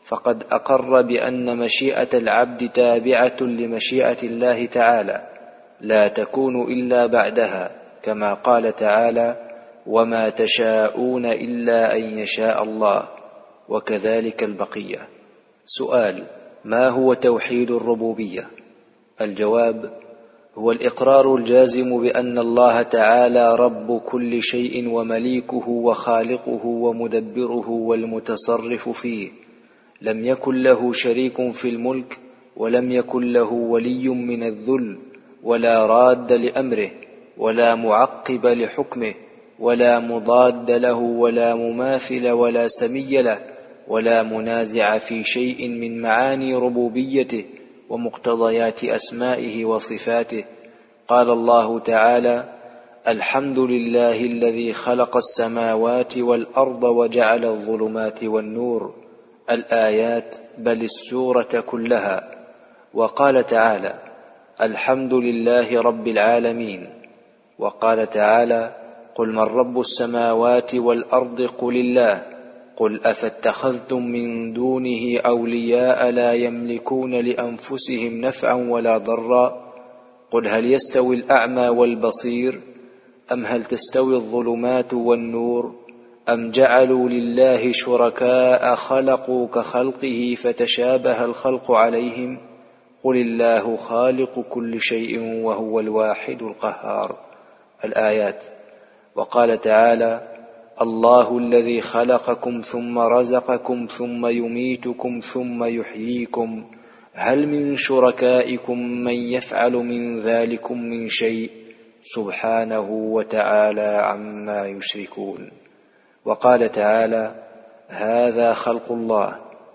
فقد أقر بأن مشيئة العبد تابعة لمشيئة الله تعالى لا تكون إلا بعدها، كما قال تعالى: وما تشاءون إلا أن يشاء الله، وكذلك البقية. سؤال: ما هو توحيد الربوبية؟ الجواب: هو الإقرار الجازم بأن الله تعالى رب كل شيء ومليكه وخالقه ومدبره والمتصرف فيه، لم يكن له شريك في الملك، ولم يكن له ولي من الذل، ولا راد لأمره، ولا معقب لحكمه، ولا مضاد له، ولا مماثل ولا سمي له، ولا منازع في شيء من معاني ربوبيته ومقتضيات أسمائه وصفاته. قال الله تعالى: الحمد لله الذي خلق السماوات والأرض وجعل الظلمات والنور، الآيات بل السورة كلها. وقال تعالى: الحمد لله رب العالمين. وقال تعالى: قل من رب السماوات والأرض قل الله، قل أفاتخذتم من دونه أولياء لا يملكون لأنفسهم نفعا ولا ضرا، قل هل يستوي الأعمى والبصير، أم هل تستوي الظلمات والنور، أم جعلوا لله شركاء خلقوا كخلقه فتشابه الخلق عليهم، قل الله خالق كل شيء وهو الواحد القهار، الآيات. وقال تعالى: الله الذي خلقكم ثم رزقكم ثم يميتكم ثم يحييكم، هل من شركائكم من يفعل من ذلكم من شيء، سبحانه وتعالى عما يشركون. وقال تعالى: هذا خلق الله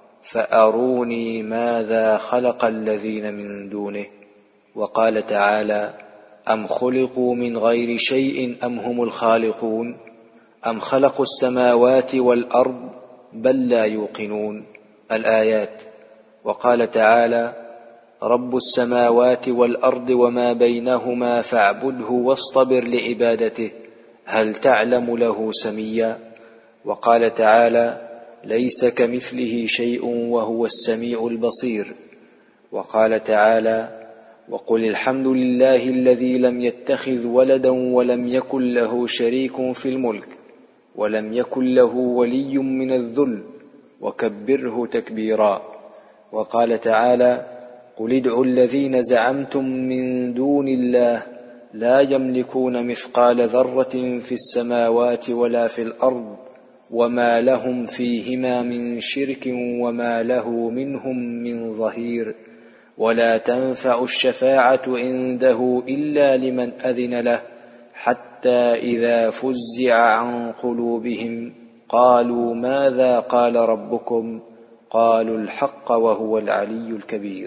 فأروني ماذا خلق الذين من دونه. وقال تعالى: أم خلقوا من غير شيء أم هم الخالقون، أم خلقوا السماوات والأرض بل لا يوقنون، الآيات. وقال تعالى: رب السماوات والأرض وما بينهما فاعبده واصطبر لعبادته، هل تعلم له سميا. وقال تعالى: ليس كمثله شيء وهو السميع البصير. وقال تعالى: وقل الحمد لله الذي لم يتخذ ولدا ولم يكن له شريك في الملك، ولم يكن له ولي من الذل، وكبره تكبيرا. وقال تعالى: قل ادعوا الذين زعمتم من دون الله لا يملكون مثقال ذرة في السماوات ولا في الأرض وما لهم فيهما من شرك وما له منهم من ظهير، ولا تنفع الشفاعة عنده إلا لمن أذن له، حتى إذا فزع عن قلوبهم قالوا ماذا قال ربكم، قالوا الحق وهو العلي الكبير.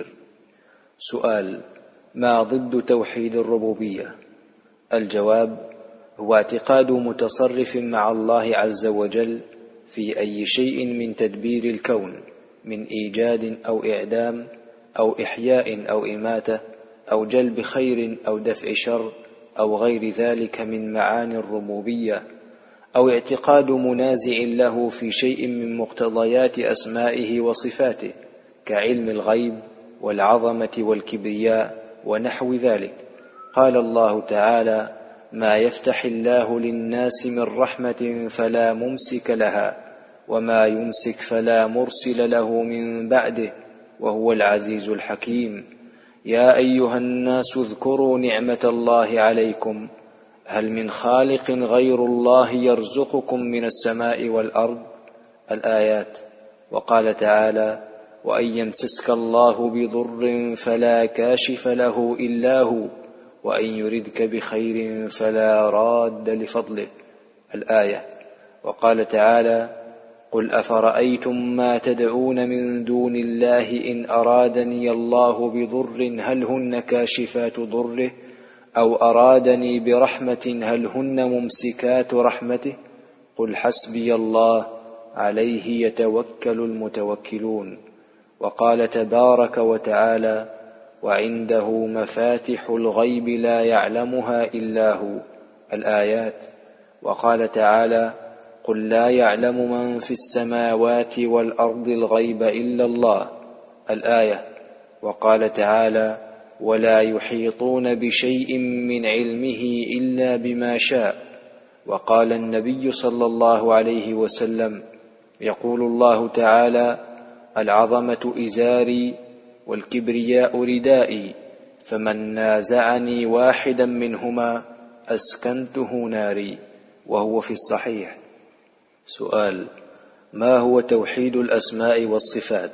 سؤال: ما ضد توحيد الربوبية؟ الجواب: هو اعتقاد متصرف مع الله عز وجل في أي شيء من تدبير الكون، من إيجاد أو إعدام أو إحياء أو إماتة أو جلب خير أو دفع شر أو غير ذلك من معاني الربوبية، أو اعتقاد منازع له في شيء من مقتضيات أسمائه وصفاته كعلم الغيب والعظمة والكبرياء ونحو ذلك. قال الله تعالى: ما يفتح الله للناس من رحمة فلا ممسك لها، وما يمسك فلا مرسل له من بعده، وهو العزيز الحكيم. يا أيها الناس اذكروا نعمة الله عليكم، هل من خالق غير الله يرزقكم من السماء والأرض، الآيات. وقال تعالى: وأن يمسسك الله بضر فلا كاشف له إلا هو، وأن يردك بخير فلا راد لفضله، الآية. وقال تعالى: قل أفرأيتم ما تدعون من دون الله إن أرادني الله بضر هل هن كاشفات ضره، أو أرادني برحمة هل هن ممسكات رحمته، قل حسبي الله عليه يتوكل المتوكلون. وقال تبارك وتعالى: وعنده مفاتح الغيب لا يعلمها إلا هو، الآيات. وقال تعالى: قل لا يعلم من في السماوات والأرض الغيب إلا الله. الآية. وقال تعالى: ولا يحيطون بشيء من علمه إلا بما شاء. وقال النبي صلى الله عليه وسلم: يقول الله تعالى: العظمة إزاري والكبرياء ردائي، فمن نازعني واحدا منهما أسكنته ناري، وهو في الصحيح. سؤال: ما هو توحيد الأسماء والصفات؟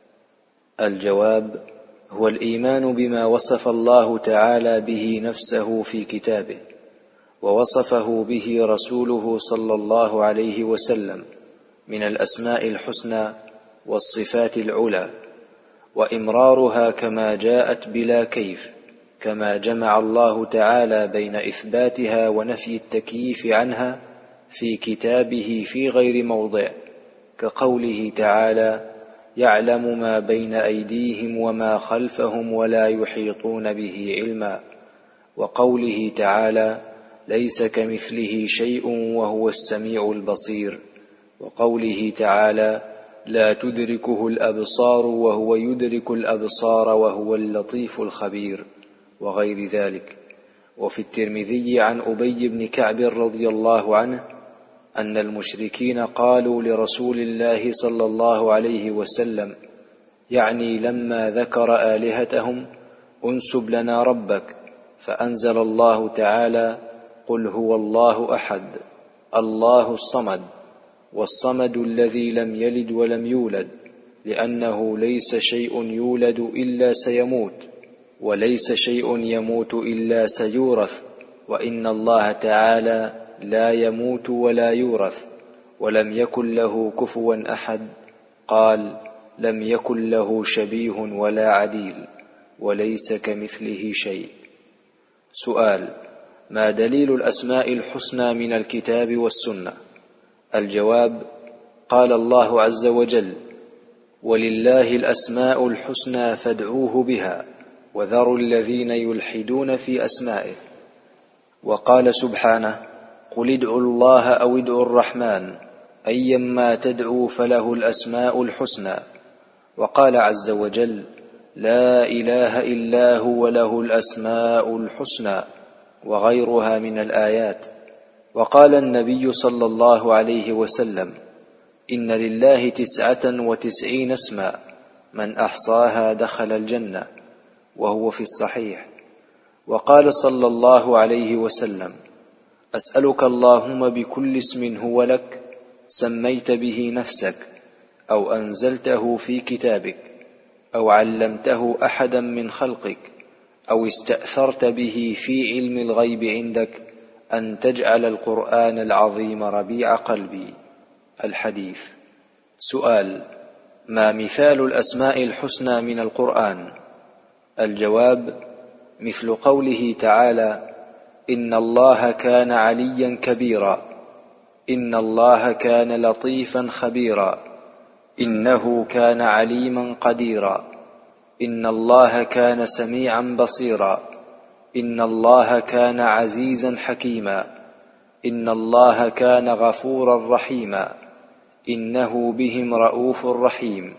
الجواب: هو الإيمان بما وصف الله تعالى به نفسه في كتابه، ووصفه به رسوله صلى الله عليه وسلم من الأسماء الحسنى والصفات العلى، وإمرارها كما جاءت بلا كيف، كما جمع الله تعالى بين إثباتها ونفي التكييف عنها في كتابه في غير موضع، كقوله تعالى: يعلم ما بين أيديهم وما خلفهم ولا يحيطون به علما، وقوله تعالى: ليس كمثله شيء وهو السميع البصير، وقوله تعالى: لا تدركه الأبصار وهو يدرك الأبصار وهو اللطيف الخبير، وغير ذلك. وفي الترمذي عن أبي بن كعب رضي الله عنه أن المشركين قالوا لرسول الله صلى الله عليه وسلم، يعني لما ذكر آلهتهم: انسب لنا ربك، فأنزل الله تعالى: قل هو الله أحد الله الصمد. والصمد الذي لم يلد ولم يولد، لأنه ليس شيء يولد إلا سيموت، وليس شيء يموت إلا سيورث، وإن الله تعالى لا يموت ولا يورث. ولم يكن له كفوا أحد، قال: لم يكن له شبيه ولا عديل، وليس كمثله شيء. سؤال: ما دليل الأسماء الحسنى من الكتاب والسنة؟ الجواب: قال الله عز وجل: ولله الأسماء الحسنى فادعوه بها وذروا الذين يلحدون في أسمائه. وقال سبحانه: قل ادعوا الله أو ادعوا الرحمن أيما تدعوا فله الأسماء الحسنى. وقال عز وجل: لا إله إلا هو له الأسماء الحسنى، وغيرها من الآيات. وقال النبي صلى الله عليه وسلم: إن لله تسعة وتسعين اسما من أحصاها دخل الجنة، وهو في الصحيح. وقال صلى الله عليه وسلم: أسألك اللهم بكل اسم هو لك سميت به نفسك، أو أنزلته في كتابك، أو علمته أحدا من خلقك، أو استأثرت به في علم الغيب عندك، أن تجعل القرآن العظيم ربيع قلبي. الحديث. سؤال: ما مثال الأسماء الحسنى من القرآن؟ الجواب: مثل قوله تعالى: إن الله كان عليا كبيرا، إن الله كان لطيفا خبيرا، إنه كان عليما قديرا، إن الله كان سميعا بصيرا، إن الله كان عزيزا حكيما، إن الله كان غفورا رحيما، إنه بهم رؤوف رحيم،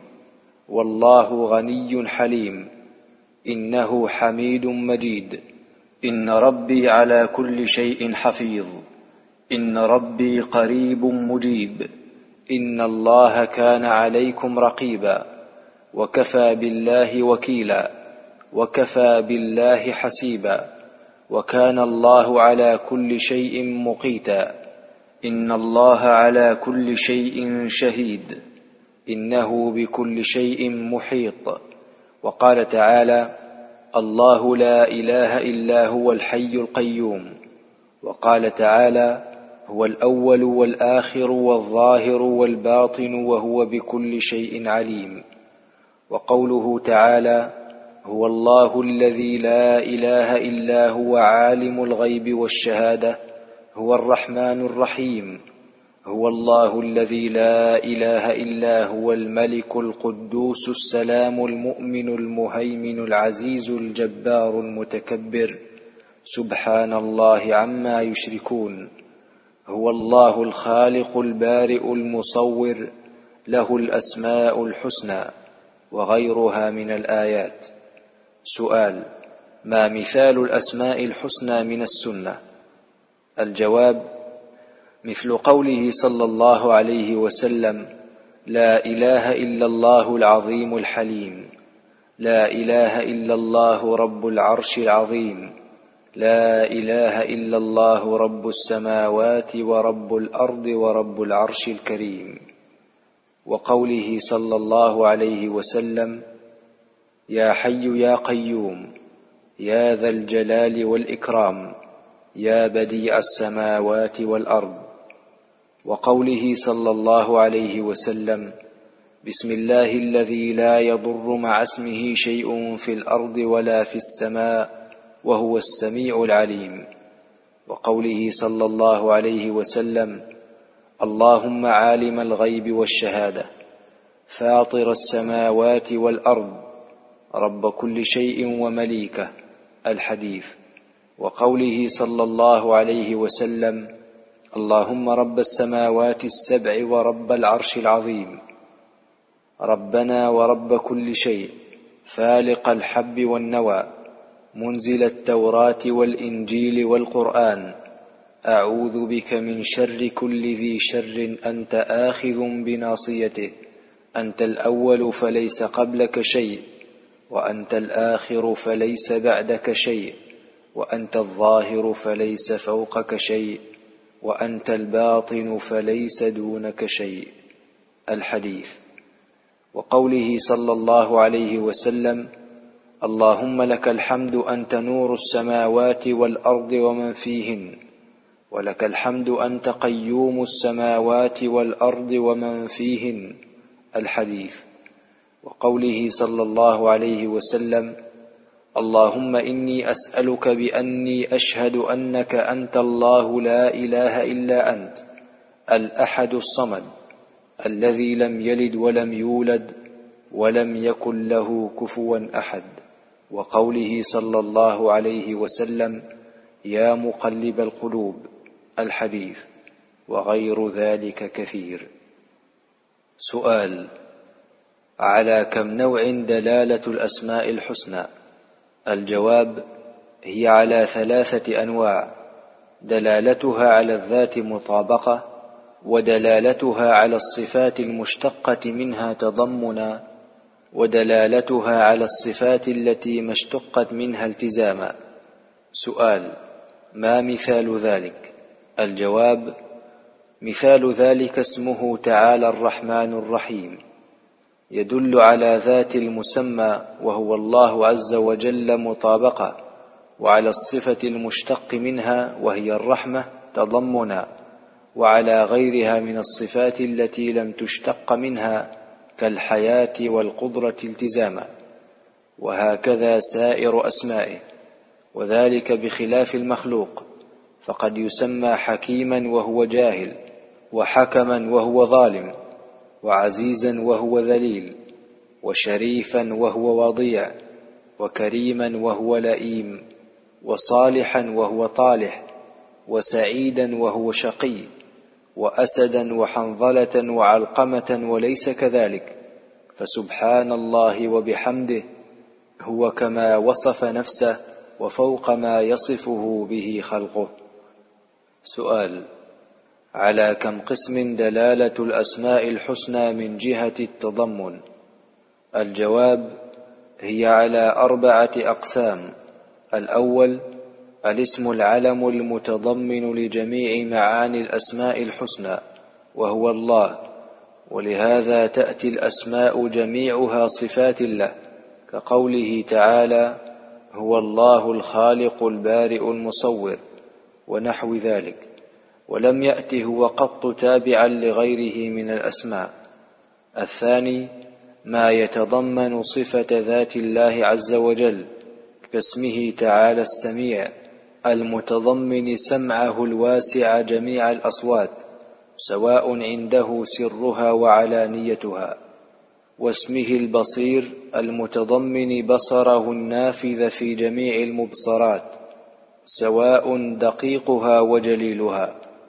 والله غني حليم، إنه حميد مجيد، إن ربي على كل شيء حفيظ، إن ربي قريب مجيب، إن الله كان عليكم رقيبا، وكفى بالله وكيلا، وكفى بالله حسيبا، وكان الله على كل شيء مقيتا، إن الله على كل شيء شهيد، إنه بكل شيء محيط. وقال تعالى: الله لا إله إلا هو الحي القيوم. وقال تعالى: هو الأول والآخر والظاهر والباطن وهو بكل شيء عليم. وقوله تعالى: هو الله الذي لا إله إلا هو عالم الغيب والشهادة هو الرحمن الرحيم. هو الله الذي لا إله إلا هو الملك القدوس السلام المؤمن المهيمن العزيز الجبار المتكبر، سبحان الله عما يشركون. هو الله الخالق البارئ المصور، له الأسماء الحسنى، وغيرها من الآيات. سؤال: ما مثال الأسماء الحسنى من السنة؟ الجواب: مثل قوله صلى الله عليه وسلم: لا إله إلا الله العظيم الحليم، لا إله إلا الله رب العرش العظيم، لا إله إلا الله رب السماوات ورب الأرض ورب العرش الكريم. وقوله صلى الله عليه وسلم: يا حي يا قيوم، يا ذا الجلال والإكرام، يا بديع السماوات والأرض. وقوله صلى الله عليه وسلم: بسم الله الذي لا يضر مع اسمه شيء في الأرض ولا في السماء وهو السميع العليم. وقوله صلى الله عليه وسلم: اللهم عالم الغيب والشهادة، فاطر السماوات والأرض، رب كل شيء ومليكه. الحديث. وقوله صلى الله عليه وسلم: اللهم رب السماوات السبع ورب العرش العظيم، ربنا ورب كل شيء، فالق الحب والنوى، منزل التوراة والإنجيل والقرآن، أعوذ بك من شر كل ذي شر أنت آخذ بناصيته، أنت الأول فليس قبلك شيء، وأنت الآخر فليس بعدك شيء، وأنت الظاهر فليس فوقك شيء، وأنت الباطن فليس دونك شيء. الحديث. وقوله صلى الله عليه وسلم: اللهم لك الحمد أنت نور السماوات والأرض ومن فيهن، ولك الحمد أنت قيوم السماوات والأرض ومن فيهن. الحديث. وقوله صلى الله عليه وسلم: اللهم إني أسألك بأني أشهد أنك أنت الله لا إله إلا أنت، الأحد الصمد، الذي لم يلد ولم يولد ولم يكن له كفوا أحد. وقوله صلى الله عليه وسلم: يا مقلب القلوب. الحديث. وغير ذلك كثير. سؤال: على كم نوع دلالة الأسماء الحسنى؟ الجواب: هي على ثلاثة أنواع: دلالتها على الذات مطابقة، ودلالتها على الصفات المشتقة منها تضمنا، ودلالتها على الصفات التي ما اشتقت منها التزاما. سؤال: ما مثال ذلك؟ الجواب: مثال ذلك اسمه تعالى الرحمن الرحيم، يدل على ذات المسمى وهو الله عز وجل مطابقة، وعلى الصفة المشتق منها وهي الرحمة تضمنا، وعلى غيرها من الصفات التي لم تشتق منها كالحياة والقدرة التزاما. وهكذا سائر أسمائه، وذلك بخلاف المخلوق، فقد يسمى حكيما وهو جاهل، وحكما وهو ظالم، وعزيزا وهو ذليل، وشريفا وهو وضيع، وكريما وهو لئيم، وصالحا وهو طالح، وسعيدا وهو شقي، وأسدا وحنظلة وعلقمة وليس كذلك. فسبحان الله وبحمده، هو كما وصف نفسه وفوق ما يصفه به خلقه. سؤال: على كم قسم دلالة الأسماء الحسنى من جهة التضمن؟ الجواب: هي على أربعة أقسام. الأول: الاسم العلم المتضمن لجميع معاني الأسماء الحسنى، وهو الله، ولهذا تأتي الأسماء جميعها صفات له، كقوله تعالى: هو الله الخالق البارئ المصور، ونحو ذلك، ولم يأت هو قط تابعا لغيره من الأسماء. الثاني: ما يتضمن صفة ذات الله عز وجل، كاسمه تعالى السميع، المتضمن سمعه الواسع جميع الأصوات، سواء عنده سرها وعلانيتها، واسمه البصير، المتضمن بصره النافذ في جميع المبصرات، سواء دقيقها وجليلها،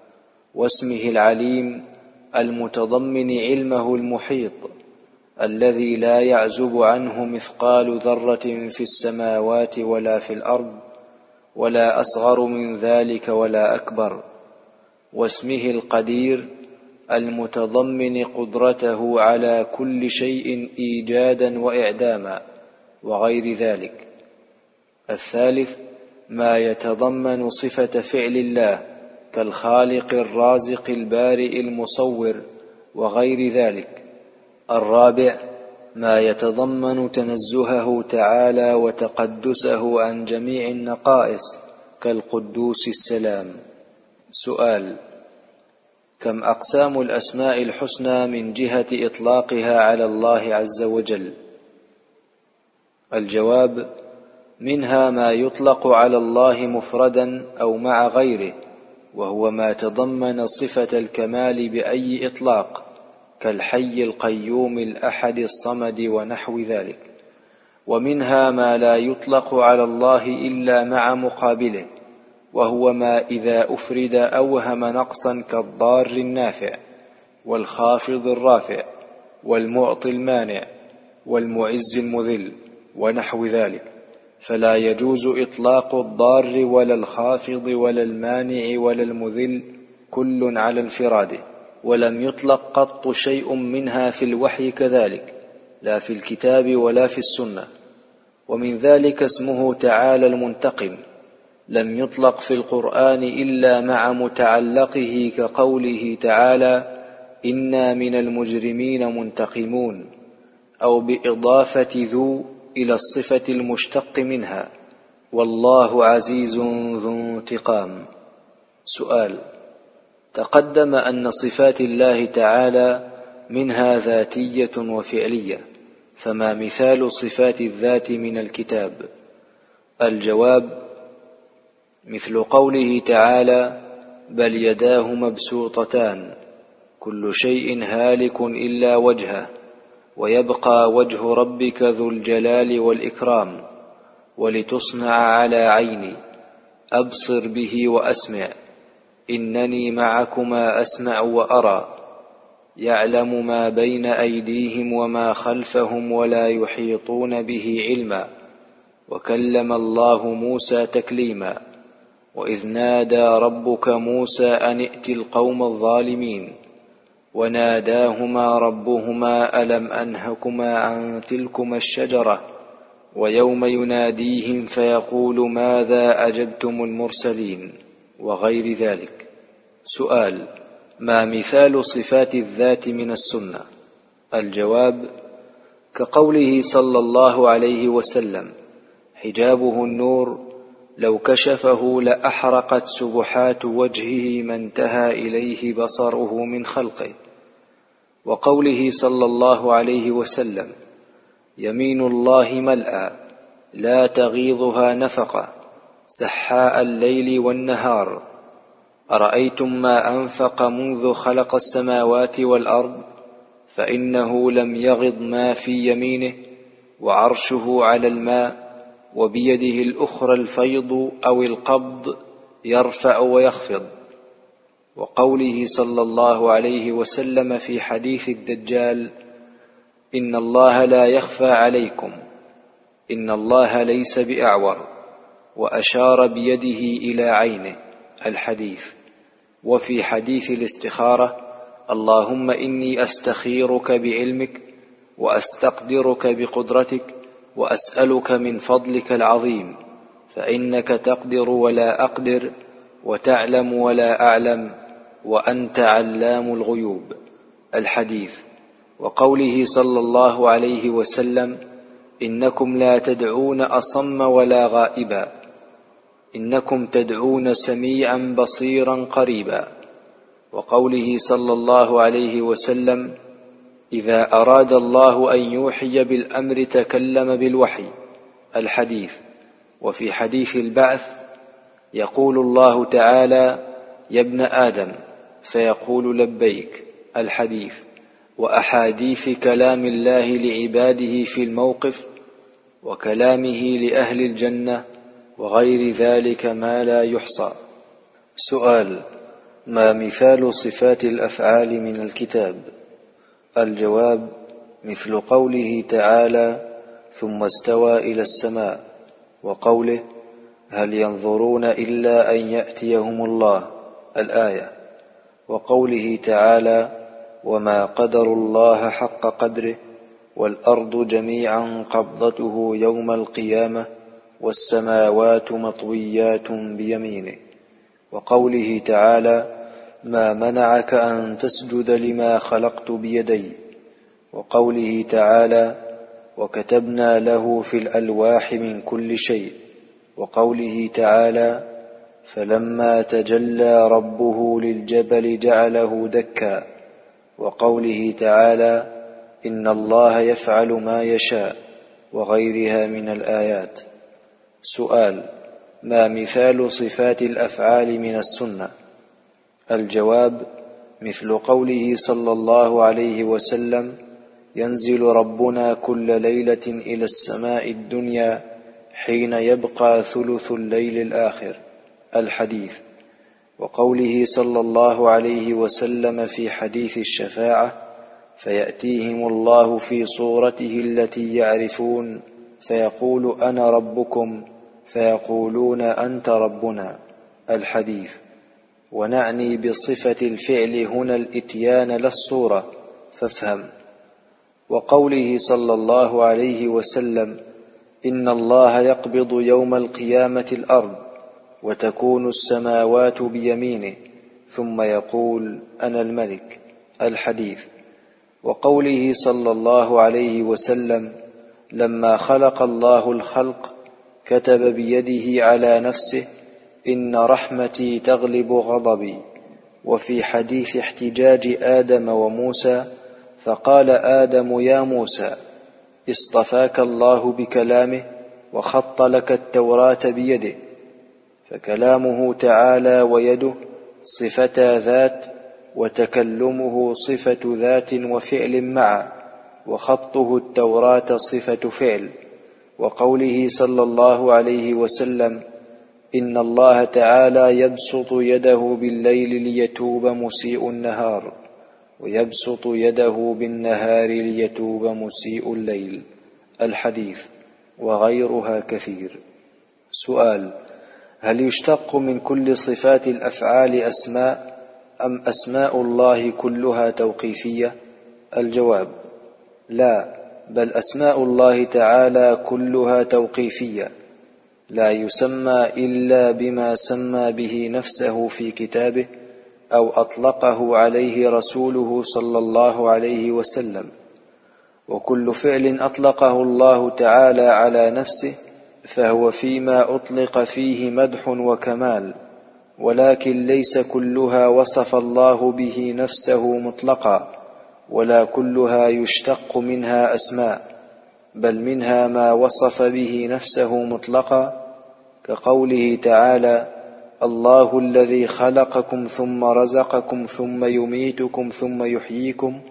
واسمه العليم المتضمن علمه المحيط الذي لا يعزب عنه مثقال ذرة في السماوات ولا في الأرض ولا أصغر من ذلك ولا أكبر، واسمه القدير المتضمن قدرته على كل شيء إيجادا وإعداما وغير ذلك. الثالث ما يتضمن صفة فعل الله كالخالق الرازق البارئ المصور وغير ذلك. الرابع ما يتضمن تنزهه تعالى وتقدسه عن جميع النقائص كالقدوس السلام. سؤال: كم أقسام الأسماء الحسنى من جهة إطلاقها على الله عز وجل؟ الجواب: منها ما يطلق على الله مفردا أو مع غيره، وهو ما تضمن صفة الكمال بأي إطلاق كالحي القيوم الأحد الصمد ونحو ذلك. ومنها ما لا يطلق على الله إلا مع مقابله، وهو ما إذا أفرد أوهم نقصا كالضار النافع والخافض الرافع والمعطي المانع والمعز المذل ونحو ذلك، فلا يجوز إطلاق الضار ولا الخافض ولا المانع ولا المذل كل على انفراده، ولم يطلق قط شيء منها في الوحي كذلك، لا في الكتاب ولا في السنة. ومن ذلك اسمه تعالى المنتقم، لم يطلق في القرآن إلا مع متعلقه كقوله تعالى: إنا من المجرمين منتقمون، أو بإضافة ذو إلى الصفة المشتق منها، والله عزيز ذو انتقام. سؤال: تقدم أن صفات الله تعالى منها ذاتية وفعلية، فما مثال صفات الذات من الكتاب؟ الجواب: مثل قوله تعالى: بل يداه مبسوطتان، كل شيء هالك إلا وجهه، ويبقى وجه ربك ذو الجلال والإكرام، ولتصنع على عيني، أبصر به وأسمع، إنني معكما أسمع وأرى، يعلم ما بين أيديهم وما خلفهم ولا يحيطون به علما، وكلم الله موسى تكليما، وإذ نادى ربك موسى أن ائت القوم الظالمين، وناداهما ربهما ألم أنهكما عن تلكما الشجرة، ويوم يناديهم فيقول ماذا أجبتم المرسلين، وغير ذلك. سؤال: ما مثال صفات الذات من السنة؟ الجواب: كقوله صلى الله عليه وسلم: حجابه النور، لو كشفه لأحرقت سبحات وجهه ما انتهى إليه بصره من خلقه. وقوله صلى الله عليه وسلم: يمين الله ملأى لا تغيضها نفقة، سحاء الليل والنهار، أرأيتم ما أنفق منذ خلق السماوات والأرض، فإنه لم يغض ما في يمينه، وعرشه على الماء، وبيده الأخرى الفيض أو القبض، يرفع ويخفض. وقوله صلى الله عليه وسلم في حديث الدجال: إن الله لا يخفى عليكم، إن الله ليس بأعور، وأشار بيده إلى عينه، الحديث. وفي حديث الاستخارة: اللهم إني أستخيرك بعلمك، وأستقدرك بقدرتك، وأسألك من فضلك العظيم، فإنك تقدر ولا أقدر، وتعلم ولا أعلم، وأنت علام الغيوب، الحديث. وقوله صلى الله عليه وسلم: إنكم لا تدعون أصم ولا غائبا، إنكم تدعون سميعا بصيرا قريبا. وقوله صلى الله عليه وسلم: إذا أراد الله أن يوحي بالأمر تكلم بالوحي، الحديث. وفي حديث البعث: يقول الله تعالى: يا ابن آدم، فيقول لبيك، الحديث. وأحاديث كلام الله لعباده في الموقف، وكلامه لأهل الجنة، وغير ذلك ما لا يحصى. سؤال: ما مثال صفات الأفعال من الكتاب؟ الجواب: مثل قوله تعالى: ثم استوى إلى السماء، وقوله: هل ينظرون إلا أن يأتيهم الله، الآية، وقوله تعالى: وما قدروا الله حق قدره، والأرض جميعا قبضته يوم القيامة، والسماوات مطويات بيمينه، وقوله تعالى: ما منعك أن تسجد لما خلقت بيدي، وقوله تعالى: وكتبنا له في الألواح من كل شيء، وقوله تعالى: فلما تجلى ربه للجبل جعله دكا، وقوله تعالى: إن الله يفعل ما يشاء، وغيرها من الآيات. سؤال: ما مثال صفات الأفعال من السنة؟ الجواب: مثل قوله صلى الله عليه وسلم: ينزل ربنا كل ليلة إلى السماء الدنيا حين يبقى ثلث الليل الآخر، الحديث، وقوله صلى الله عليه وسلم في حديث الشفاعة: فيأتيهم الله في صورته التي يعرفون فيقول: أنا ربكم، فيقولون: أنت ربنا، الحديث. ونعني بصفة الفعل هنا الإتيان لا الصورة، فافهم. وقوله صلى الله عليه وسلم: إن الله يقبض يوم القيامة الأرض وتكون السماوات بيمينه ثم يقول: أنا الملك، الحديث. وقوله صلى الله عليه وسلم: لما خلق الله الخلق كتب بيده على نفسه: إن رحمتي تغلب غضبي. وفي حديث احتجاج آدم وموسى: فقال آدم: يا موسى، اصطفاك الله بكلامه وخط لك التوراة بيده. فكلامه تعالى ويده صفتا ذات، وتكلمه صفة ذات وفعل معا، وخطه التوراة صفة فعل. وقوله صلى الله عليه وسلم: إن الله تعالى يبسط يده بالليل ليتوب مسيء النهار، ويبسط يده بالنهار ليتوب مسيء الليل، الحديث، وغيرها كثير. سؤال: هل يشتق من كل صفات الأفعال أسماء، أم أسماء الله كلها توقيفية؟ الجواب: لا، بل أسماء الله تعالى كلها توقيفية، لا يسمى إلا بما سمى به نفسه في كتابه أو أطلقه عليه رسوله صلى الله عليه وسلم. وكل فعل أطلقه الله تعالى على نفسه فهو فيما أطلق فيه مدح وكمال، ولكن ليس كلها وصف الله به نفسه مطلقا، ولا كلها يشتق منها أسماء، بل منها ما وصف به نفسه مطلقا، كقوله تعالى: الله الذي خلقكم ثم رزقكم ثم يميتكم ثم يحييكم،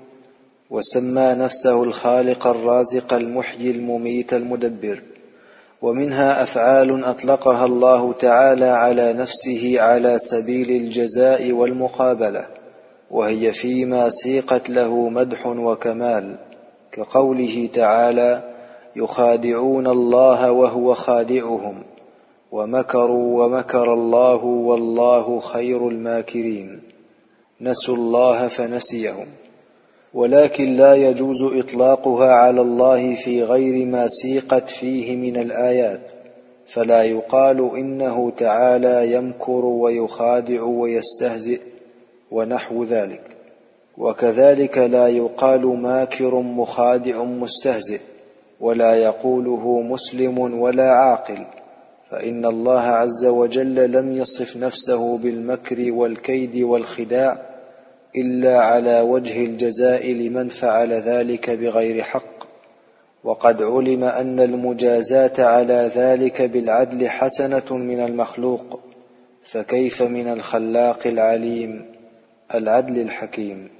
وسمى نفسه الخالق الرازق المحيي المميت المدبر. ومنها أفعال أطلقها الله تعالى على نفسه على سبيل الجزاء والمقابلة، وهي فيما سيقت له مدح وكمال، كقوله تعالى: يخادعون الله وهو خادعهم، ومكروا ومكر الله والله خير الماكرين. نسوا الله فنسيهم. ولكن لا يجوز إطلاقها على الله في غير ما سيقت فيه من الآيات، فلا يقال إنه تعالى يمكر ويخادع ويستهزئ ونحو ذلك. وكذلك لا يقال ماكر مخادع مستهزئ، ولا يقوله مسلم ولا عاقل، فإن الله عز وجل لم يصف نفسه بالمكر والكيد والخداع إلا على وجه الجزاء لمن فعل ذلك بغير حق. وقد علم أن المجازاة على ذلك بالعدل حسنة من المخلوق، فكيف من الخلاق العليم العدل الحكيم؟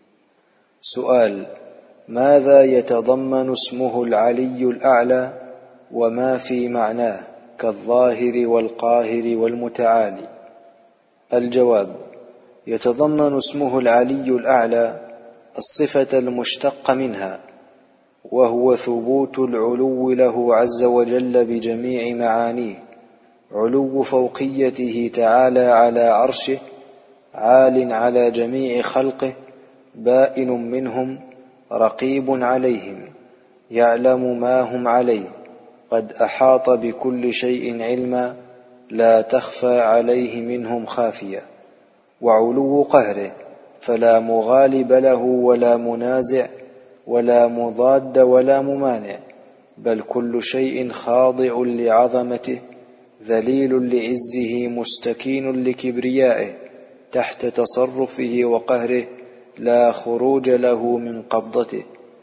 سؤال: ماذا يتضمن اسمه العلي الأعلى، وما في معناه كالظاهر والقاهر والمتعالي؟ الجواب: يتضمن اسمه العلي الأعلى الصفة المشتقة منها، وهو ثبوت العلو له عز وجل بجميع معانيه، علو فوقيته تعالى على عرشه، عال على جميع خلقه، بائن منهم، رقيب عليهم، يعلم ما هم عليه، قد أحاط بكل شيء علما، لا تخفى عليه منهم خافية. وعلو قهره فلا مغالب له ولا منازع ولا مضاد ولا ممانع، بل كل شيء خاضع لعظمته، ذليل لعزه، مستكين لكبريائه، تحت تصرفه وقهره، لا خروج له من قبضته.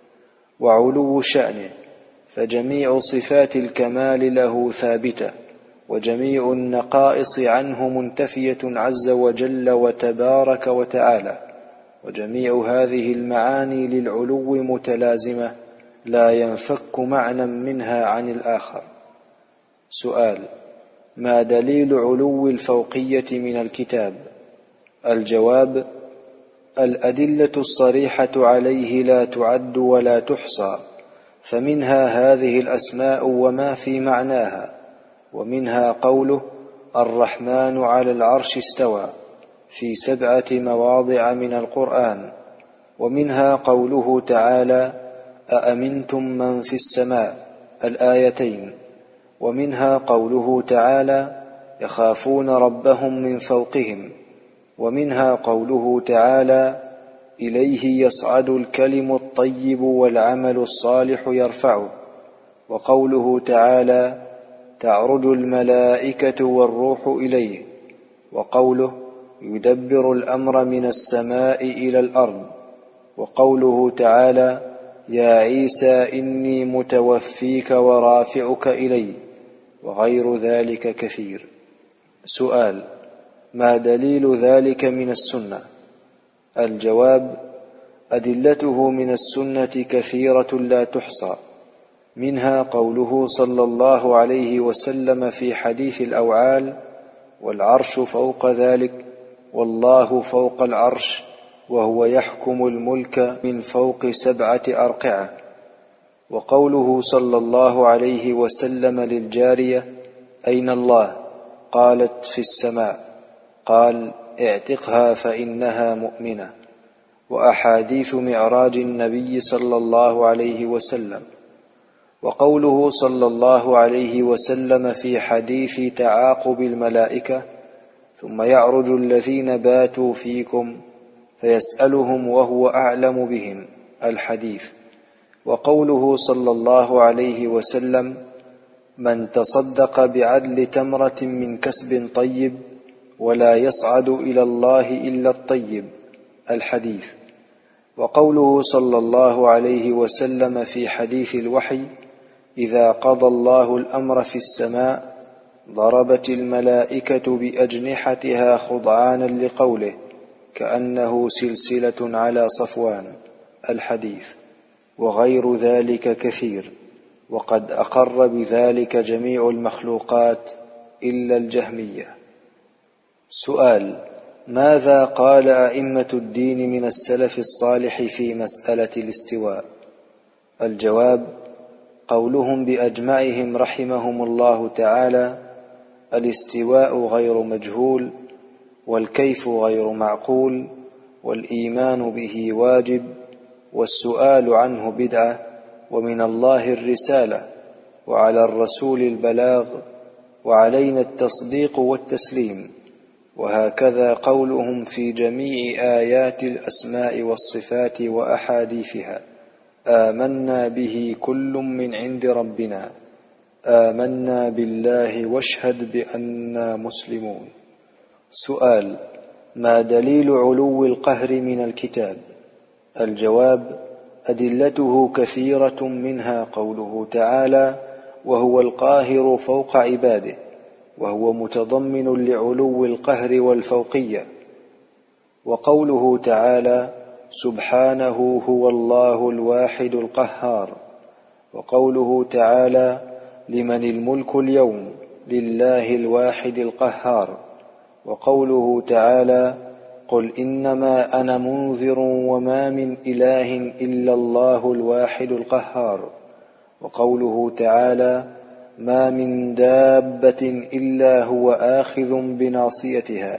وعلو شأنه فجميع صفات الكمال له ثابتة، وجميع النقائص عنه منتفية عز وجل وتبارك وتعالى، وجميع هذه المعاني للعلو متلازمة، لا ينفك معنى منها عن الآخر. سؤال: ما دليل علو الفوقية من الكتاب؟ الجواب: الأدلة الصريحة عليه لا تعد ولا تحصى، فمنها هذه الأسماء وما في معناها، ومنها قوله: الرحمن على العرش استوى، في سبعة مواضع من القرآن، ومنها قوله تعالى: أأمنتم من في السماء، الآيتين، ومنها قوله تعالى: يخافون ربهم من فوقهم، ومنها قوله تعالى: إليه يصعد الكلم الطيب والعمل الصالح يرفعه، وقوله تعالى: تعرج الملائكة والروح إليه، وقوله: يدبر الأمر من السماء إلى الأرض، وقوله تعالى: يا عيسى إني متوفيك ورافعك إلي، وغير ذلك كثير. سؤال: ما دليل ذلك من السنة؟ الجواب: أدلته من السنة كثيرة لا تحصى، منها قوله صلى الله عليه وسلم في حديث الأوعال: والعرش فوق ذلك، والله فوق العرش، وهو يحكم الملك من فوق سبعة أرقعة. وقوله صلى الله عليه وسلم للجارية: أين الله؟ قالت: في السماء. قال: اعتقها فإنها مؤمنة. وأحاديث معراج النبي صلى الله عليه وسلم. وقوله صلى الله عليه وسلم في حديث تعاقب الملائكة: ثم يعرج الذين باتوا فيكم فيسألهم وهو أعلم بهم، الحديث. وقوله صلى الله عليه وسلم: من تصدق بعدل تمرة من كسب طيب ولا يصعد إلى الله إلا الطيب، الحديث. وقوله صلى الله عليه وسلم في حديث الوحي: إذا قضى الله الأمر في السماء ضربت الملائكة بأجنحتها خضعانا لقوله، كأنه سلسلة على صفوان، الحديث. وغير ذلك كثير، وقد أقر بذلك جميع المخلوقات إلا الجهمية. سؤال: ماذا قال أئمة الدين من السلف الصالح في مسألة الاستواء؟ الجواب: قولهم بأجمعهم رحمهم الله تعالى: الاستواء غير مجهول، والكيف غير معقول، والإيمان به واجب، والسؤال عنه بدعة، ومن الله الرسالة، وعلى الرسول البلاغ، وعلينا التصديق والتسليم. وهكذا قولهم في جميع آيات الأسماء والصفات وأحاديثها: آمنا به كل من عند ربنا، آمنا بالله واشهد بأننا مسلمون. سؤال: ما دليل علو القهر من الكتاب؟ الجواب: أدلته كثيرة، منها قوله تعالى: وهو القاهر فوق عباده، وهو متضمن لعلو القهر والفوقية. وقوله تعالى: سبحانه هو الله الواحد القهار. وقوله تعالى: لمن الملك اليوم، لله الواحد القهار. وقوله تعالى: قل إنما أنا منذر وما من إله إلا الله الواحد القهار. وقوله تعالى ما من دابة إلا هو آخذ بناصيتها.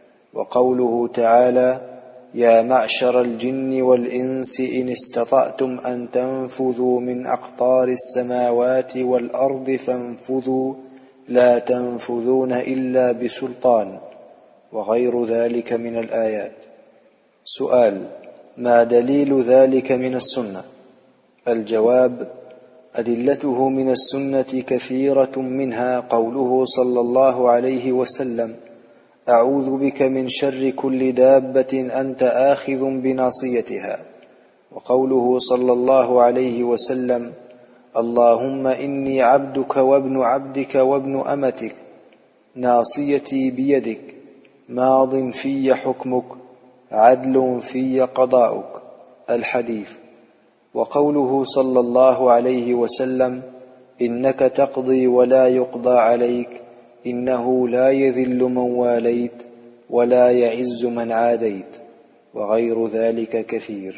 وقوله تعالى يا معشر الجن والإنس إن استطعتم أن تنفذوا من أقطار السماوات والأرض فانفذوا لا تنفذون إلا بسلطان، وغير ذلك من الآيات. سؤال: ما دليل ذلك من السنة؟ الجواب: أدلته من السنة كثيرة، منها قوله صلى الله عليه وسلم أعوذ بك من شر كل دابة أنت آخذ بناصيتها. وقوله صلى الله عليه وسلم اللهم إني عبدك وابن عبدك وابن أمتك ناصيتي بيدك ماض في حكمك عدل في قضاؤك. الحديث. وقوله صلى الله عليه وسلم إنك تقضي ولا يقضى عليك إنه لا يذل من واليت ولا يعز من عاديت، وغير ذلك كثير.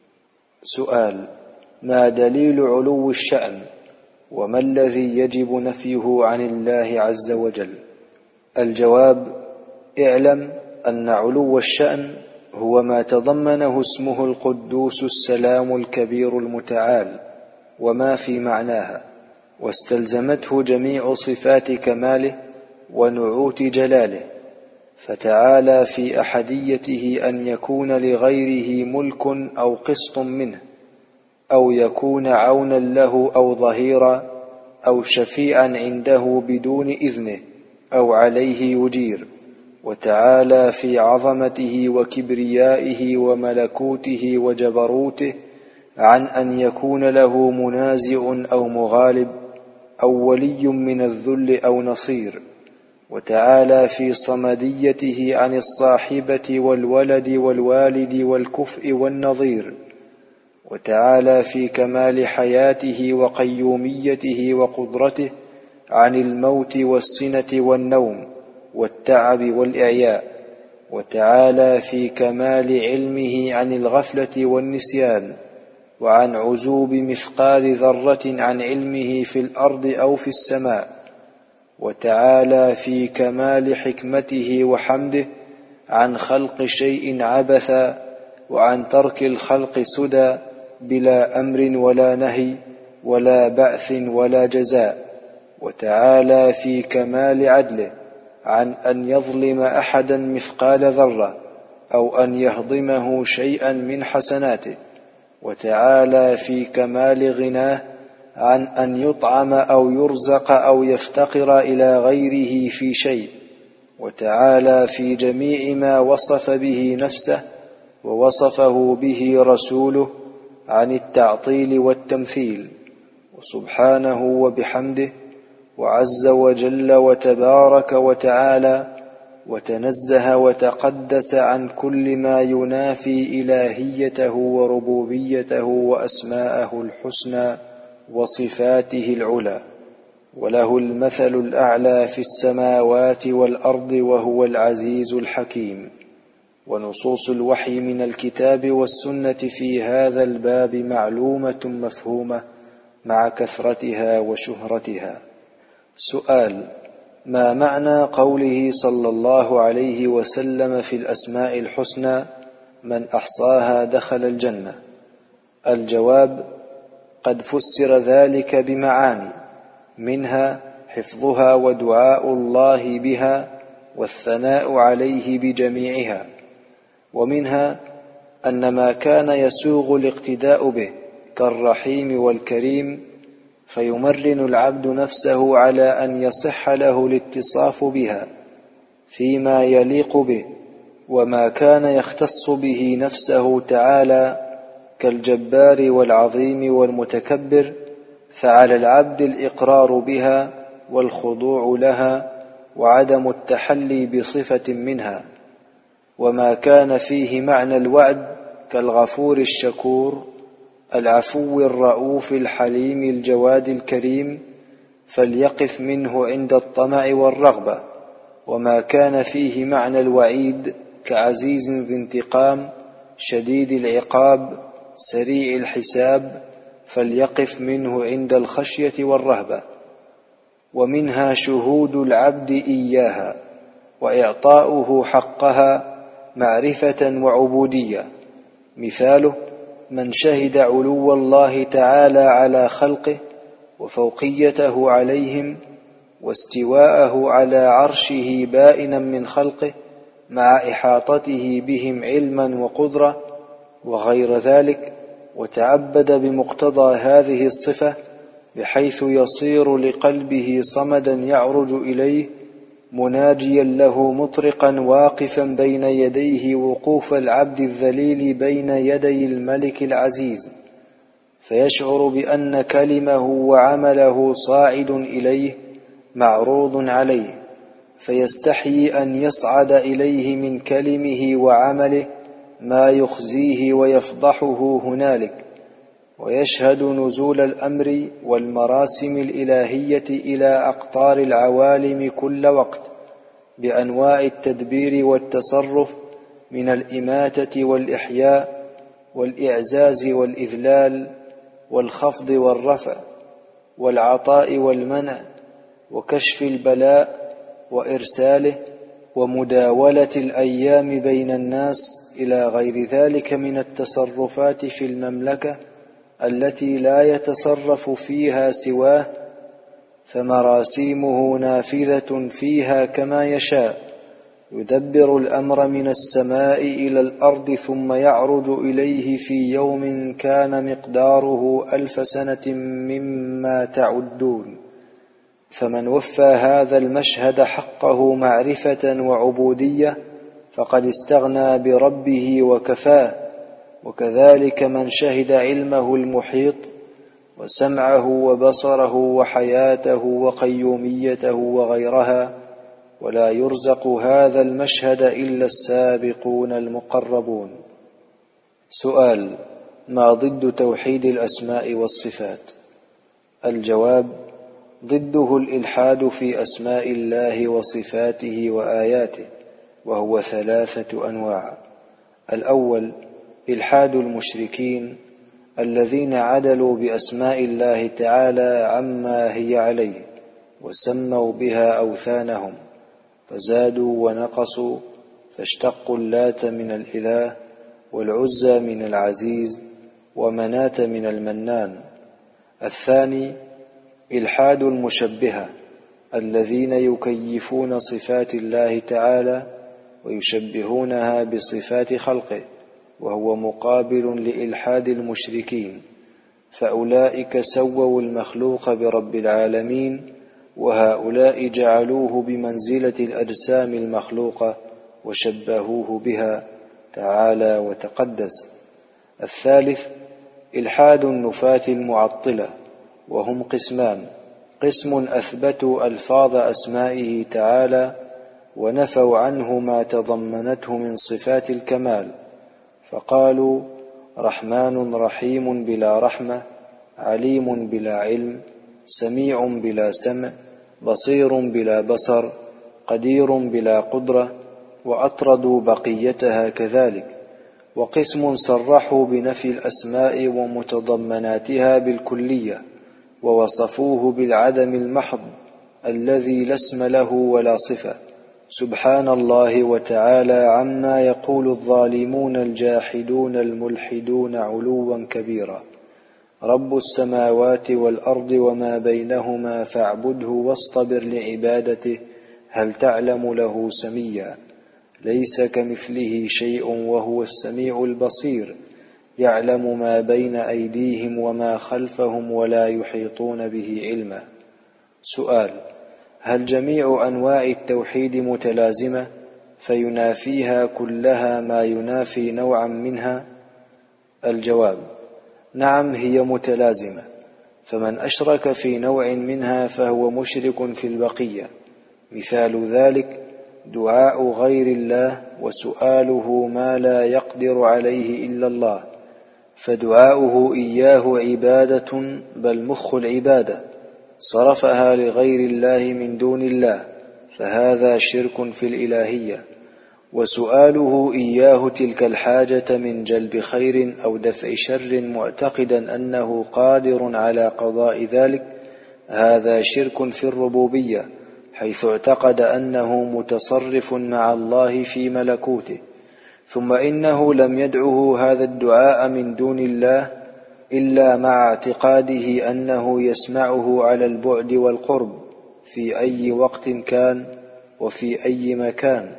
سؤال: ما دليل علو الشأن؟ وما الذي يجب نفيه عن الله عز وجل؟ الجواب: اعلم أن علو الشأن هو ما تضمنه اسمه القدوس السلام الكبير المتعال وما في معناها، واستلزمته جميع صفات كماله ونعوت جلاله، فتعالى في أحديته أن يكون لغيره ملك أو قسط منه، أو يكون عونا له أو ظهيرا أو شفيعا عنده بدون إذنه أو عليه يجير. وتعالى في عظمته وكبريائه وملكوته وجبروته عن أن يكون له منازع أو مغالب أو ولي من الذل أو نصير. وتعالى في صمديته عن الصاحبة والولد والوالد والكفء والنظير. وتعالى في كمال حياته وقيوميته وقدرته عن الموت والسنة والنوم والتعب والإعياء. وتعالى في كمال علمه عن الغفلة والنسيان وعن عزوب مثقال ذرة عن علمه في الأرض أو في السماء. وتعالى في كمال حكمته وحمده عن خلق شيء عبثا وعن ترك الخلق سدى بلا أمر ولا نهي ولا بعث ولا جزاء. وتعالى في كمال عدله عن أن يظلم أحدا مثقال ذرة أو أن يهضمه شيئا من حسناته. وتعالى في كمال غناه عن أن يطعم أو يرزق أو يفتقر إلى غيره في شيء. وتعالى في جميع ما وصف به نفسه ووصفه به رسوله عن التعطيل والتمثيل. وسبحانه وبحمده وعز وجل وتبارك وتعالى وتنزه وتقدس عن كل ما ينافي إلهيته وربوبيته وأسماءه الحسنى وصفاته العلى، وله المثل الأعلى في السماوات والأرض وهو العزيز الحكيم. ونصوص الوحي من الكتاب والسنة في هذا الباب معلومة مفهومة مع كثرتها وشهرتها. سؤال: ما معنى قوله صلى الله عليه وسلم في الأسماء الحسنى من أحصاها دخل الجنة؟ الجواب: قد فسر ذلك بمعاني، منها حفظها ودعاء الله بها والثناء عليه بجميعها، ومنها أن ما كان يسوغ الاقتداء به كالرحيم والكريم فيمرن العبد نفسه على أن يصح له الاتصاف بها فيما يليق به، وما كان يختص به نفسه تعالى كالجبار والعظيم والمتكبر فعلى العبد الإقرار بها والخضوع لها وعدم التحلي بصفة منها. وما كان فيه معنى الوعد كالغفور الشكور العفو الرؤوف الحليم الجواد الكريم فليقف منه عند الطمع والرغبة. وما كان فيه معنى الوعيد كعزيز ذي انتقام شديد العقاب سريع الحساب، فليقف منه عند الخشية والرهبة. ومنها شهود العبد إياها وإعطاؤه حقها معرفة وعبودية. مثاله من شهد علو الله تعالى على خلقه وفوقيته عليهم واستواءه على عرشه بائنا من خلقه مع إحاطته بهم علما وقدرة وغير ذلك، وتعبد بمقتضى هذه الصفة بحيث يصير لقلبه صمدا يعرج إليه مناجيا له مطرقا واقفا بين يديه وقوف العبد الذليل بين يدي الملك العزيز، فيشعر بأن كلمه وعمله صاعد إليه معروض عليه، فيستحيي أن يصعد إليه من كلمه وعمله ما يخزيه ويفضحه هنالك. ويشهد نزول الأمر والمراسم الإلهية إلى أقطار العوالم كل وقت بأنواع التدبير والتصرف من الإماتة والإحياء والإعزاز والإذلال والخفض والرفع والعطاء والمنع وكشف البلاء وإرساله ومداولة الأيام بين الناس إلى غير ذلك من التصرفات في المملكة التي لا يتصرف فيها سواه، فمراسيمه نافذة فيها كما يشاء، يدبر الأمر من السماء إلى الأرض ثم يعرج إليه في يوم كان مقداره ألف سنة مما تعدون. فمن وفى هذا المشهد حقه معرفة وعبودية فقد استغنى بربه وكفاه. وكذلك من شهد علمه المحيط وسمعه وبصره وحياته وقيوميته وغيرها، ولا يرزق هذا المشهد إلا السابقون المقربون. سؤال: ما ضد توحيد الأسماء والصفات؟ الجواب: ضده الإلحاد في أسماء الله وصفاته وآياته، وهو ثلاثة أنواع. الأول إلحاد المشركين الذين عدلوا بأسماء الله تعالى عما هي عليه وسموا بها أوثانهم، فزادوا ونقصوا، فاشتقوا اللات من الإله والعزى من العزيز ومناة من المنان. الثاني إلحاد المشبهة الذين يكيفون صفات الله تعالى ويشبهونها بصفات خلقه، وهو مقابل لإلحاد المشركين، فأولئك سووا المخلوق برب العالمين، وهؤلاء جعلوه بمنزلة الأجسام المخلوقة وشبهوه بها تعالى وتقدس. الثالث إلحاد النفاة المعطلة، وهم قسمان: قسم أثبتوا ألفاظ أسمائه تعالى ونفوا عنه ما تضمنته من صفات الكمال، فقالوا رحمن رحيم بلا رحمة، عليم بلا علم، سميع بلا سمع، بصير بلا بصر، قدير بلا قدرة، وأطردوا بقيتها كذلك. وقسم صرحوا بنفي الأسماء ومتضمناتها بالكلية، ووصفوه بالعدم المحض الذي لا اسم له ولا صفة، سبحان الله وتعالى عما يقول الظالمون الجاحدون الملحدون علوا كبيرا. رب السماوات والأرض وما بينهما فاعبده واصطبر لعبادته هل تعلم له سميا. ليس كمثله شيء وهو السميع البصير، يعلم ما بين أيديهم وما خلفهم ولا يحيطون به علما. سؤال: هل جميع أنواع التوحيد متلازمة فينافيها كلها ما ينافي نوعا منها؟ الجواب: نعم، هي متلازمة، فمن أشرك في نوع منها فهو مشرك في البقية. مثال ذلك دعاء غير الله وسؤاله ما لا يقدر عليه إلا الله، فدعاؤه إياه عبادة، بل مخ العبادة صرفها لغير الله من دون الله، فهذا شرك في الإلهية. وسؤاله إياه تلك الحاجة من جلب خير أو دفع شر معتقدا أنه قادر على قضاء ذلك، هذا شرك في الربوبية، حيث اعتقد أنه متصرف مع الله في ملكوته. ثم إنه لم يدعه هذا الدعاء من دون الله إلا مع اعتقاده أنه يسمعه على البعد والقرب في أي وقت كان وفي أي مكان،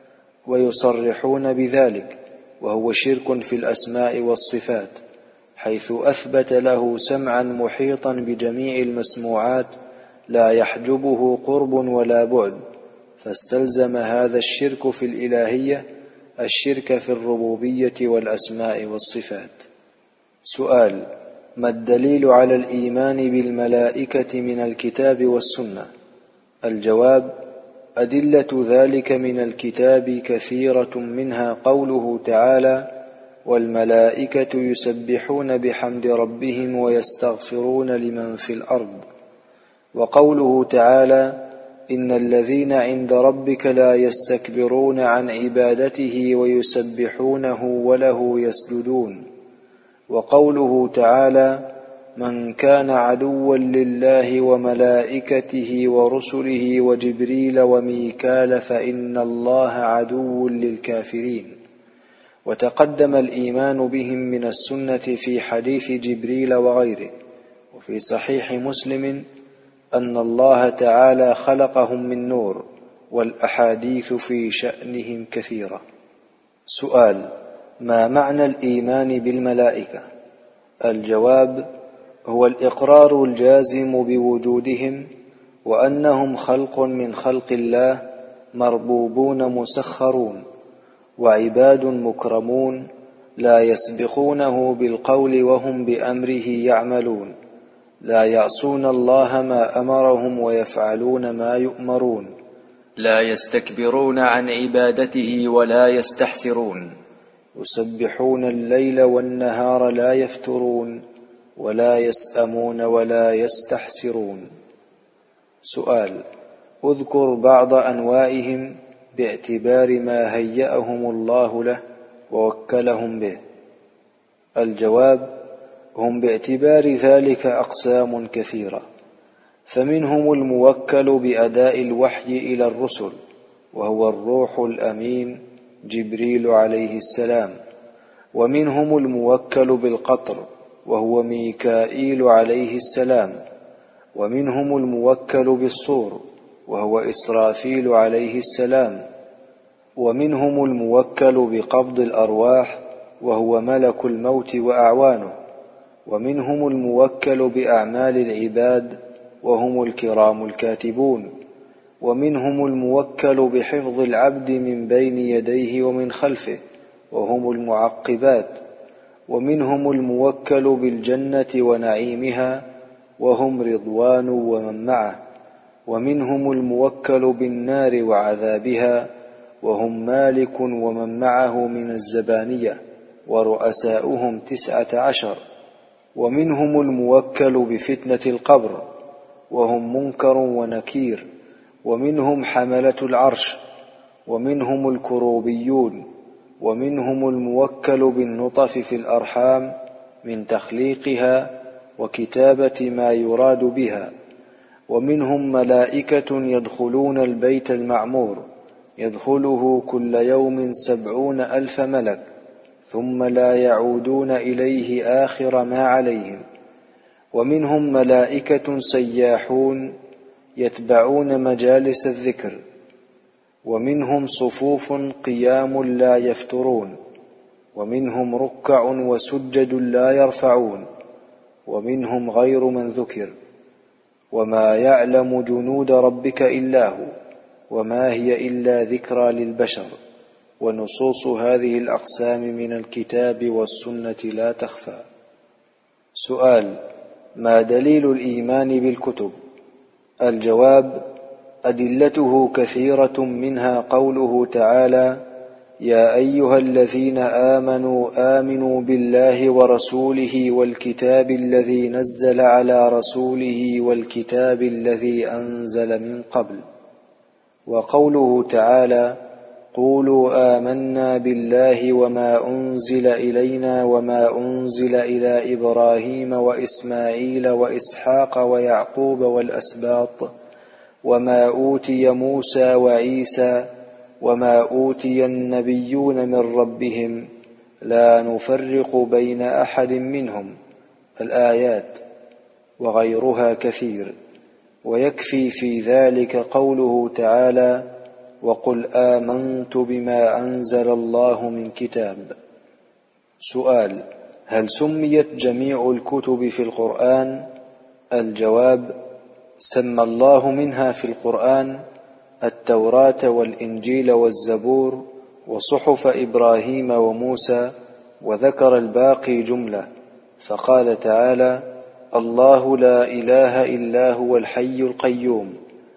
ويصرحون بذلك، وهو شرك في الأسماء والصفات، حيث أثبت له سمعا محيطا بجميع المسموعات لا يحجبه قرب ولا بعد، فاستلزم هذا الشرك في الإلهية الشرك في الربوبية والأسماء والصفات. سؤال: ما الدليل على الإيمان بالملائكة من الكتاب والسنة؟ الجواب: أدلة ذلك من الكتاب كثيرة، منها قوله تعالى: والملائكة يسبحون بحمد ربهم ويستغفرون لمن في الأرض، وقوله تعالى: إن الذين عند ربك لا يستكبرون عن عبادته ويسبحونه وله يسجدون، وقوله تعالى: من كان عدوا لله وملائكته ورسله وجبريل وميكال فإن الله عدو للكافرين. وتقدم الإيمان بهم من السنة في حديث جبريل وغيره، وفي صحيح مسلم أن الله تعالى خلقهم من نور، والأحاديث في شأنهم كثيرة. سؤال: ما معنى الإيمان بالملائكة؟ الجواب: هو الإقرار الجازم بوجودهم، وأنهم خلق من خلق الله، مربوبون مسخرون، وعباد مكرمون، لا يسبقونه بالقول وهم بأمره يعملون، لا يعصون الله ما أمرهم ويفعلون ما يؤمرون، لا يستكبرون عن عبادته ولا يستحسرون، يسبحون الليل والنهار لا يفترون، ولا يسأمون ولا يستحسرون. سؤال: اذكر بعض أنواعهم باعتبار ما هيأهم الله له ووكلهم به. الجواب: هم باعتبار ذلك أقسام كثيرة، فمنهم الموكل بأداء الوحي إلى الرسل، وهو الروح الأمين جبريل عليه السلام، ومنهم الموكل بالقطر، وهو ميكائيل عليه السلام، ومنهم الموكل بالصور، وهو إسرافيل عليه السلام، ومنهم الموكل بقبض الأرواح، وهو ملك الموت وأعوانه، ومنهم الموكل بأعمال العباد، وهم الكرام الكاتبون، ومنهم الموكل بحفظ العبد من بين يديه ومن خلفه، وهم المعقبات، ومنهم الموكل بالجنة ونعيمها، وهم رضوان ومن معه، ومنهم الموكل بالنار وعذابها، وهم مالك ومن معه من الزبانية، ورؤساؤهم تسعة عشر، ومنهم الموكل بفتنة القبر، وهم منكر ونكير، ومنهم حملة العرش، ومنهم الكروبيون، ومنهم الموكل بالنطف في الأرحام من تخليقها وكتابة ما يراد بها، ومنهم ملائكة يدخلون البيت المعمور، يدخله كل يوم سبعون ألف ملك، ثم لا يعودون إليه آخر ما عليهم، ومنهم ملائكة سياحون يتبعون مجالس الذكر، ومنهم صفوف قيام لا يفترون، ومنهم ركع وسجد لا يرفعون، ومنهم غير من ذكر، وما يعلم جنود ربك إلا هو، وما هي إلا ذكرى للبشر. ونصوص هذه الأقسام من الكتاب والسنة لا تخفى. سؤال: ما دليل الإيمان بالكتب؟ الجواب: أدلته كثيرة، منها قوله تعالى: يا أيها الذين آمنوا آمنوا بالله ورسوله والكتاب الذي نزل على رسوله والكتاب الذي أنزل من قبل. وقوله تعالى: قولوا آمنا بالله وما أنزل إلينا وما أنزل إلى إبراهيم وإسماعيل وإسحاق ويعقوب والأسباط وما أوتي موسى وعيسى وما أوتي النبيون من ربهم لا نفرق بين أحد منهم. الآيات وغيرها كثير، ويكفي في ذلك قوله تعالى: وقل آمنت بما أنزل الله من كتاب. سؤال: هل سميت جميع الكتب في القرآن؟ الجواب: سمى الله منها في القرآن التوراة والإنجيل والزبور وصحف إبراهيم وموسى، وذكر الباقي جملة، فقال تعالى: الله لا إله إلا هو الحي القيوم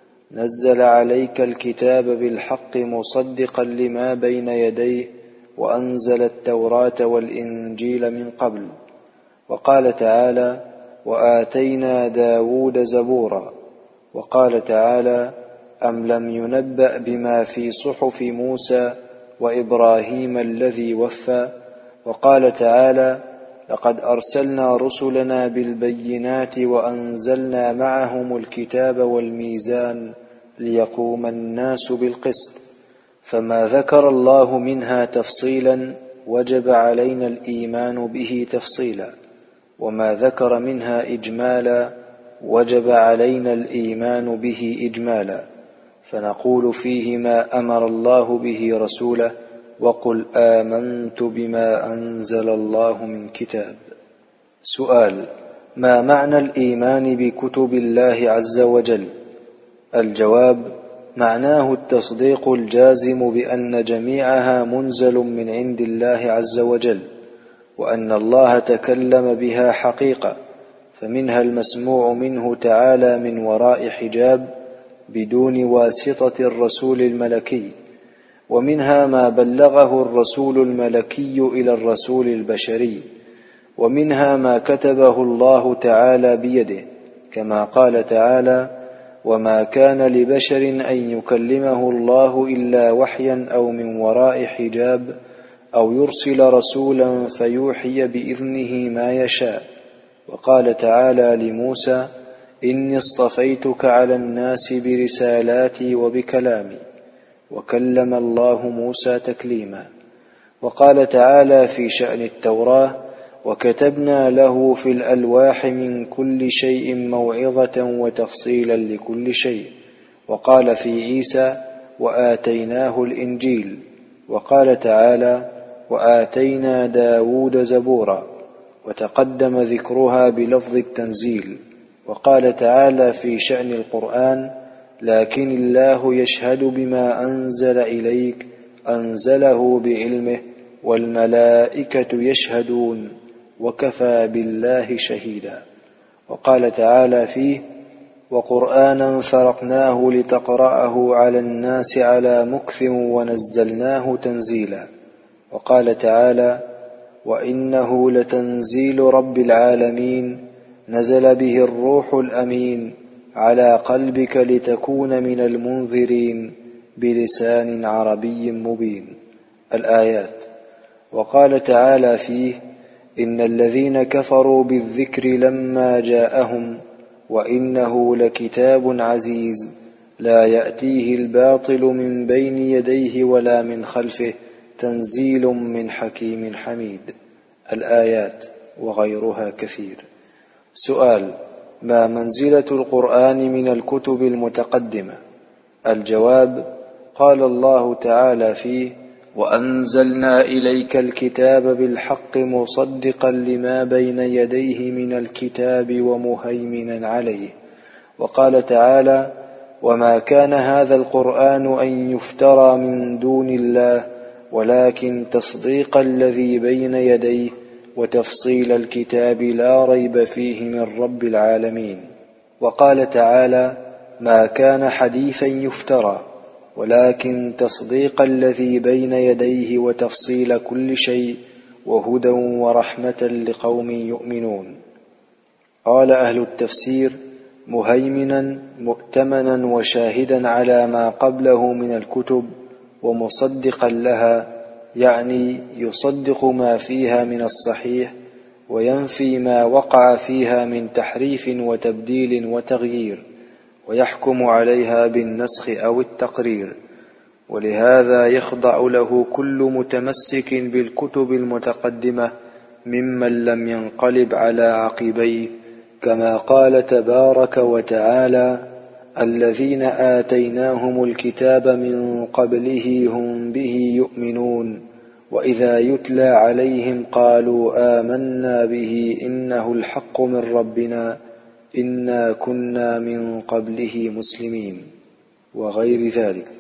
نزل عليك الكتاب بالحق مصدقا لما بين يديه وأنزل التوراة والإنجيل من قبل. وقال تعالى: وآتينا داود زبورا. وقال تعالى: أم لم ينبأ بما في صحف موسى وإبراهيم الذي وفى. وقال تعالى: لقد أرسلنا رسلنا بالبينات وأنزلنا معهم الكتاب والميزان ليقوم الناس بالقسط. فما ذكر الله منها تفصيلا وجب علينا الإيمان به تفصيلا، وما ذكر منها إجمالا وجب علينا الإيمان به إجمالا، فنقول فيه ما أمر الله به رسوله: وقل آمنت بما أنزل الله من كتاب. سؤال: ما معنى الإيمان بكتب الله عز وجل؟ الجواب: معناه التصديق الجازم بأن جميعها منزل من عند الله عز وجل، وأن الله تكلم بها حقيقة، فمنها المسموع منه تعالى من وراء حجاب بدون واسطة الرسول الملكي، ومنها ما بلغه الرسول الملكي إلى الرسول البشري، ومنها ما كتبه الله تعالى بيده، كما قال تعالى: وما كان لبشر أن يكلمه الله إلا وحيا أو من وراء حجاب أو يرسل رسولا فيوحي بإذنه ما يشاء. وقال تعالى لموسى: إني اصطفيتك على الناس برسالاتي وبكلامي. وكلم الله موسى تكليما. وقال تعالى في شأن التوراة: وكتبنا له في الألواح من كل شيء موعظة وتفصيلا لكل شيء. وقال في عيسى: وآتيناه الإنجيل. وقال تعالى: وآتينا داود زبورا، وتقدم ذكرها بلفظ التنزيل. وقال تعالى في شأن القرآن: لكن الله يشهد بما أنزل إليك أنزله بعلمه والملائكة يشهدون وكفى بالله شهيدا. وقال تعالى فيه: وقرآنا فرقناه لتقرأه على الناس على مكث ونزلناه تنزيلا. وقال تعالى: وإنه لتنزيل رب العالمين نزل به الروح الأمين على قلبك لتكون من المنذرين بلسان عربي مبين. الآيات. وقال تعالى فيه: إن الذين كفروا بالذكر لما جاءهم وإنه لكتاب عزيز لا يأتيه الباطل من بين يديه ولا من خلفه تنزيل من حكيم حميد. الآيات وغيرها كثير. سؤال: ما منزلة القرآن من الكتب المتقدمة؟ الجواب: قال الله تعالى فيه: وأنزلنا إليك الكتاب بالحق مصدقا لما بين يديه من الكتاب ومهيمنا عليه. وقال تعالى: وما كان هذا القرآن أن يفترى من دون الله ولكن تصديق الذي بين يديه وتفصيل الكتاب لا ريب فيه من رب العالمين. وقال تعالى: ما كان حديثا يفترى ولكن تصديق الذي بين يديه وتفصيل كل شيء وهدى ورحمة لقوم يؤمنون. قال أهل التفسير: مهيمنا مؤتمنا وشاهدا على ما قبله من الكتب ومصدقا لها، يعني يصدق ما فيها من الصحيح وينفي ما وقع فيها من تحريف وتبديل وتغيير، ويحكم عليها بالنسخ أو التقرير. ولهذا يخضع له كل متمسك بالكتب المتقدمة ممن لم ينقلب على عقبيه، كما قال تبارك وتعالى: الذين آتيناهم الكتاب من قبله هم به يؤمنون، وإذا يتلى عليهم قالوا آمنا به إنه الحق من ربنا إنا كنا من قبله مسلمين، وغير ذلك.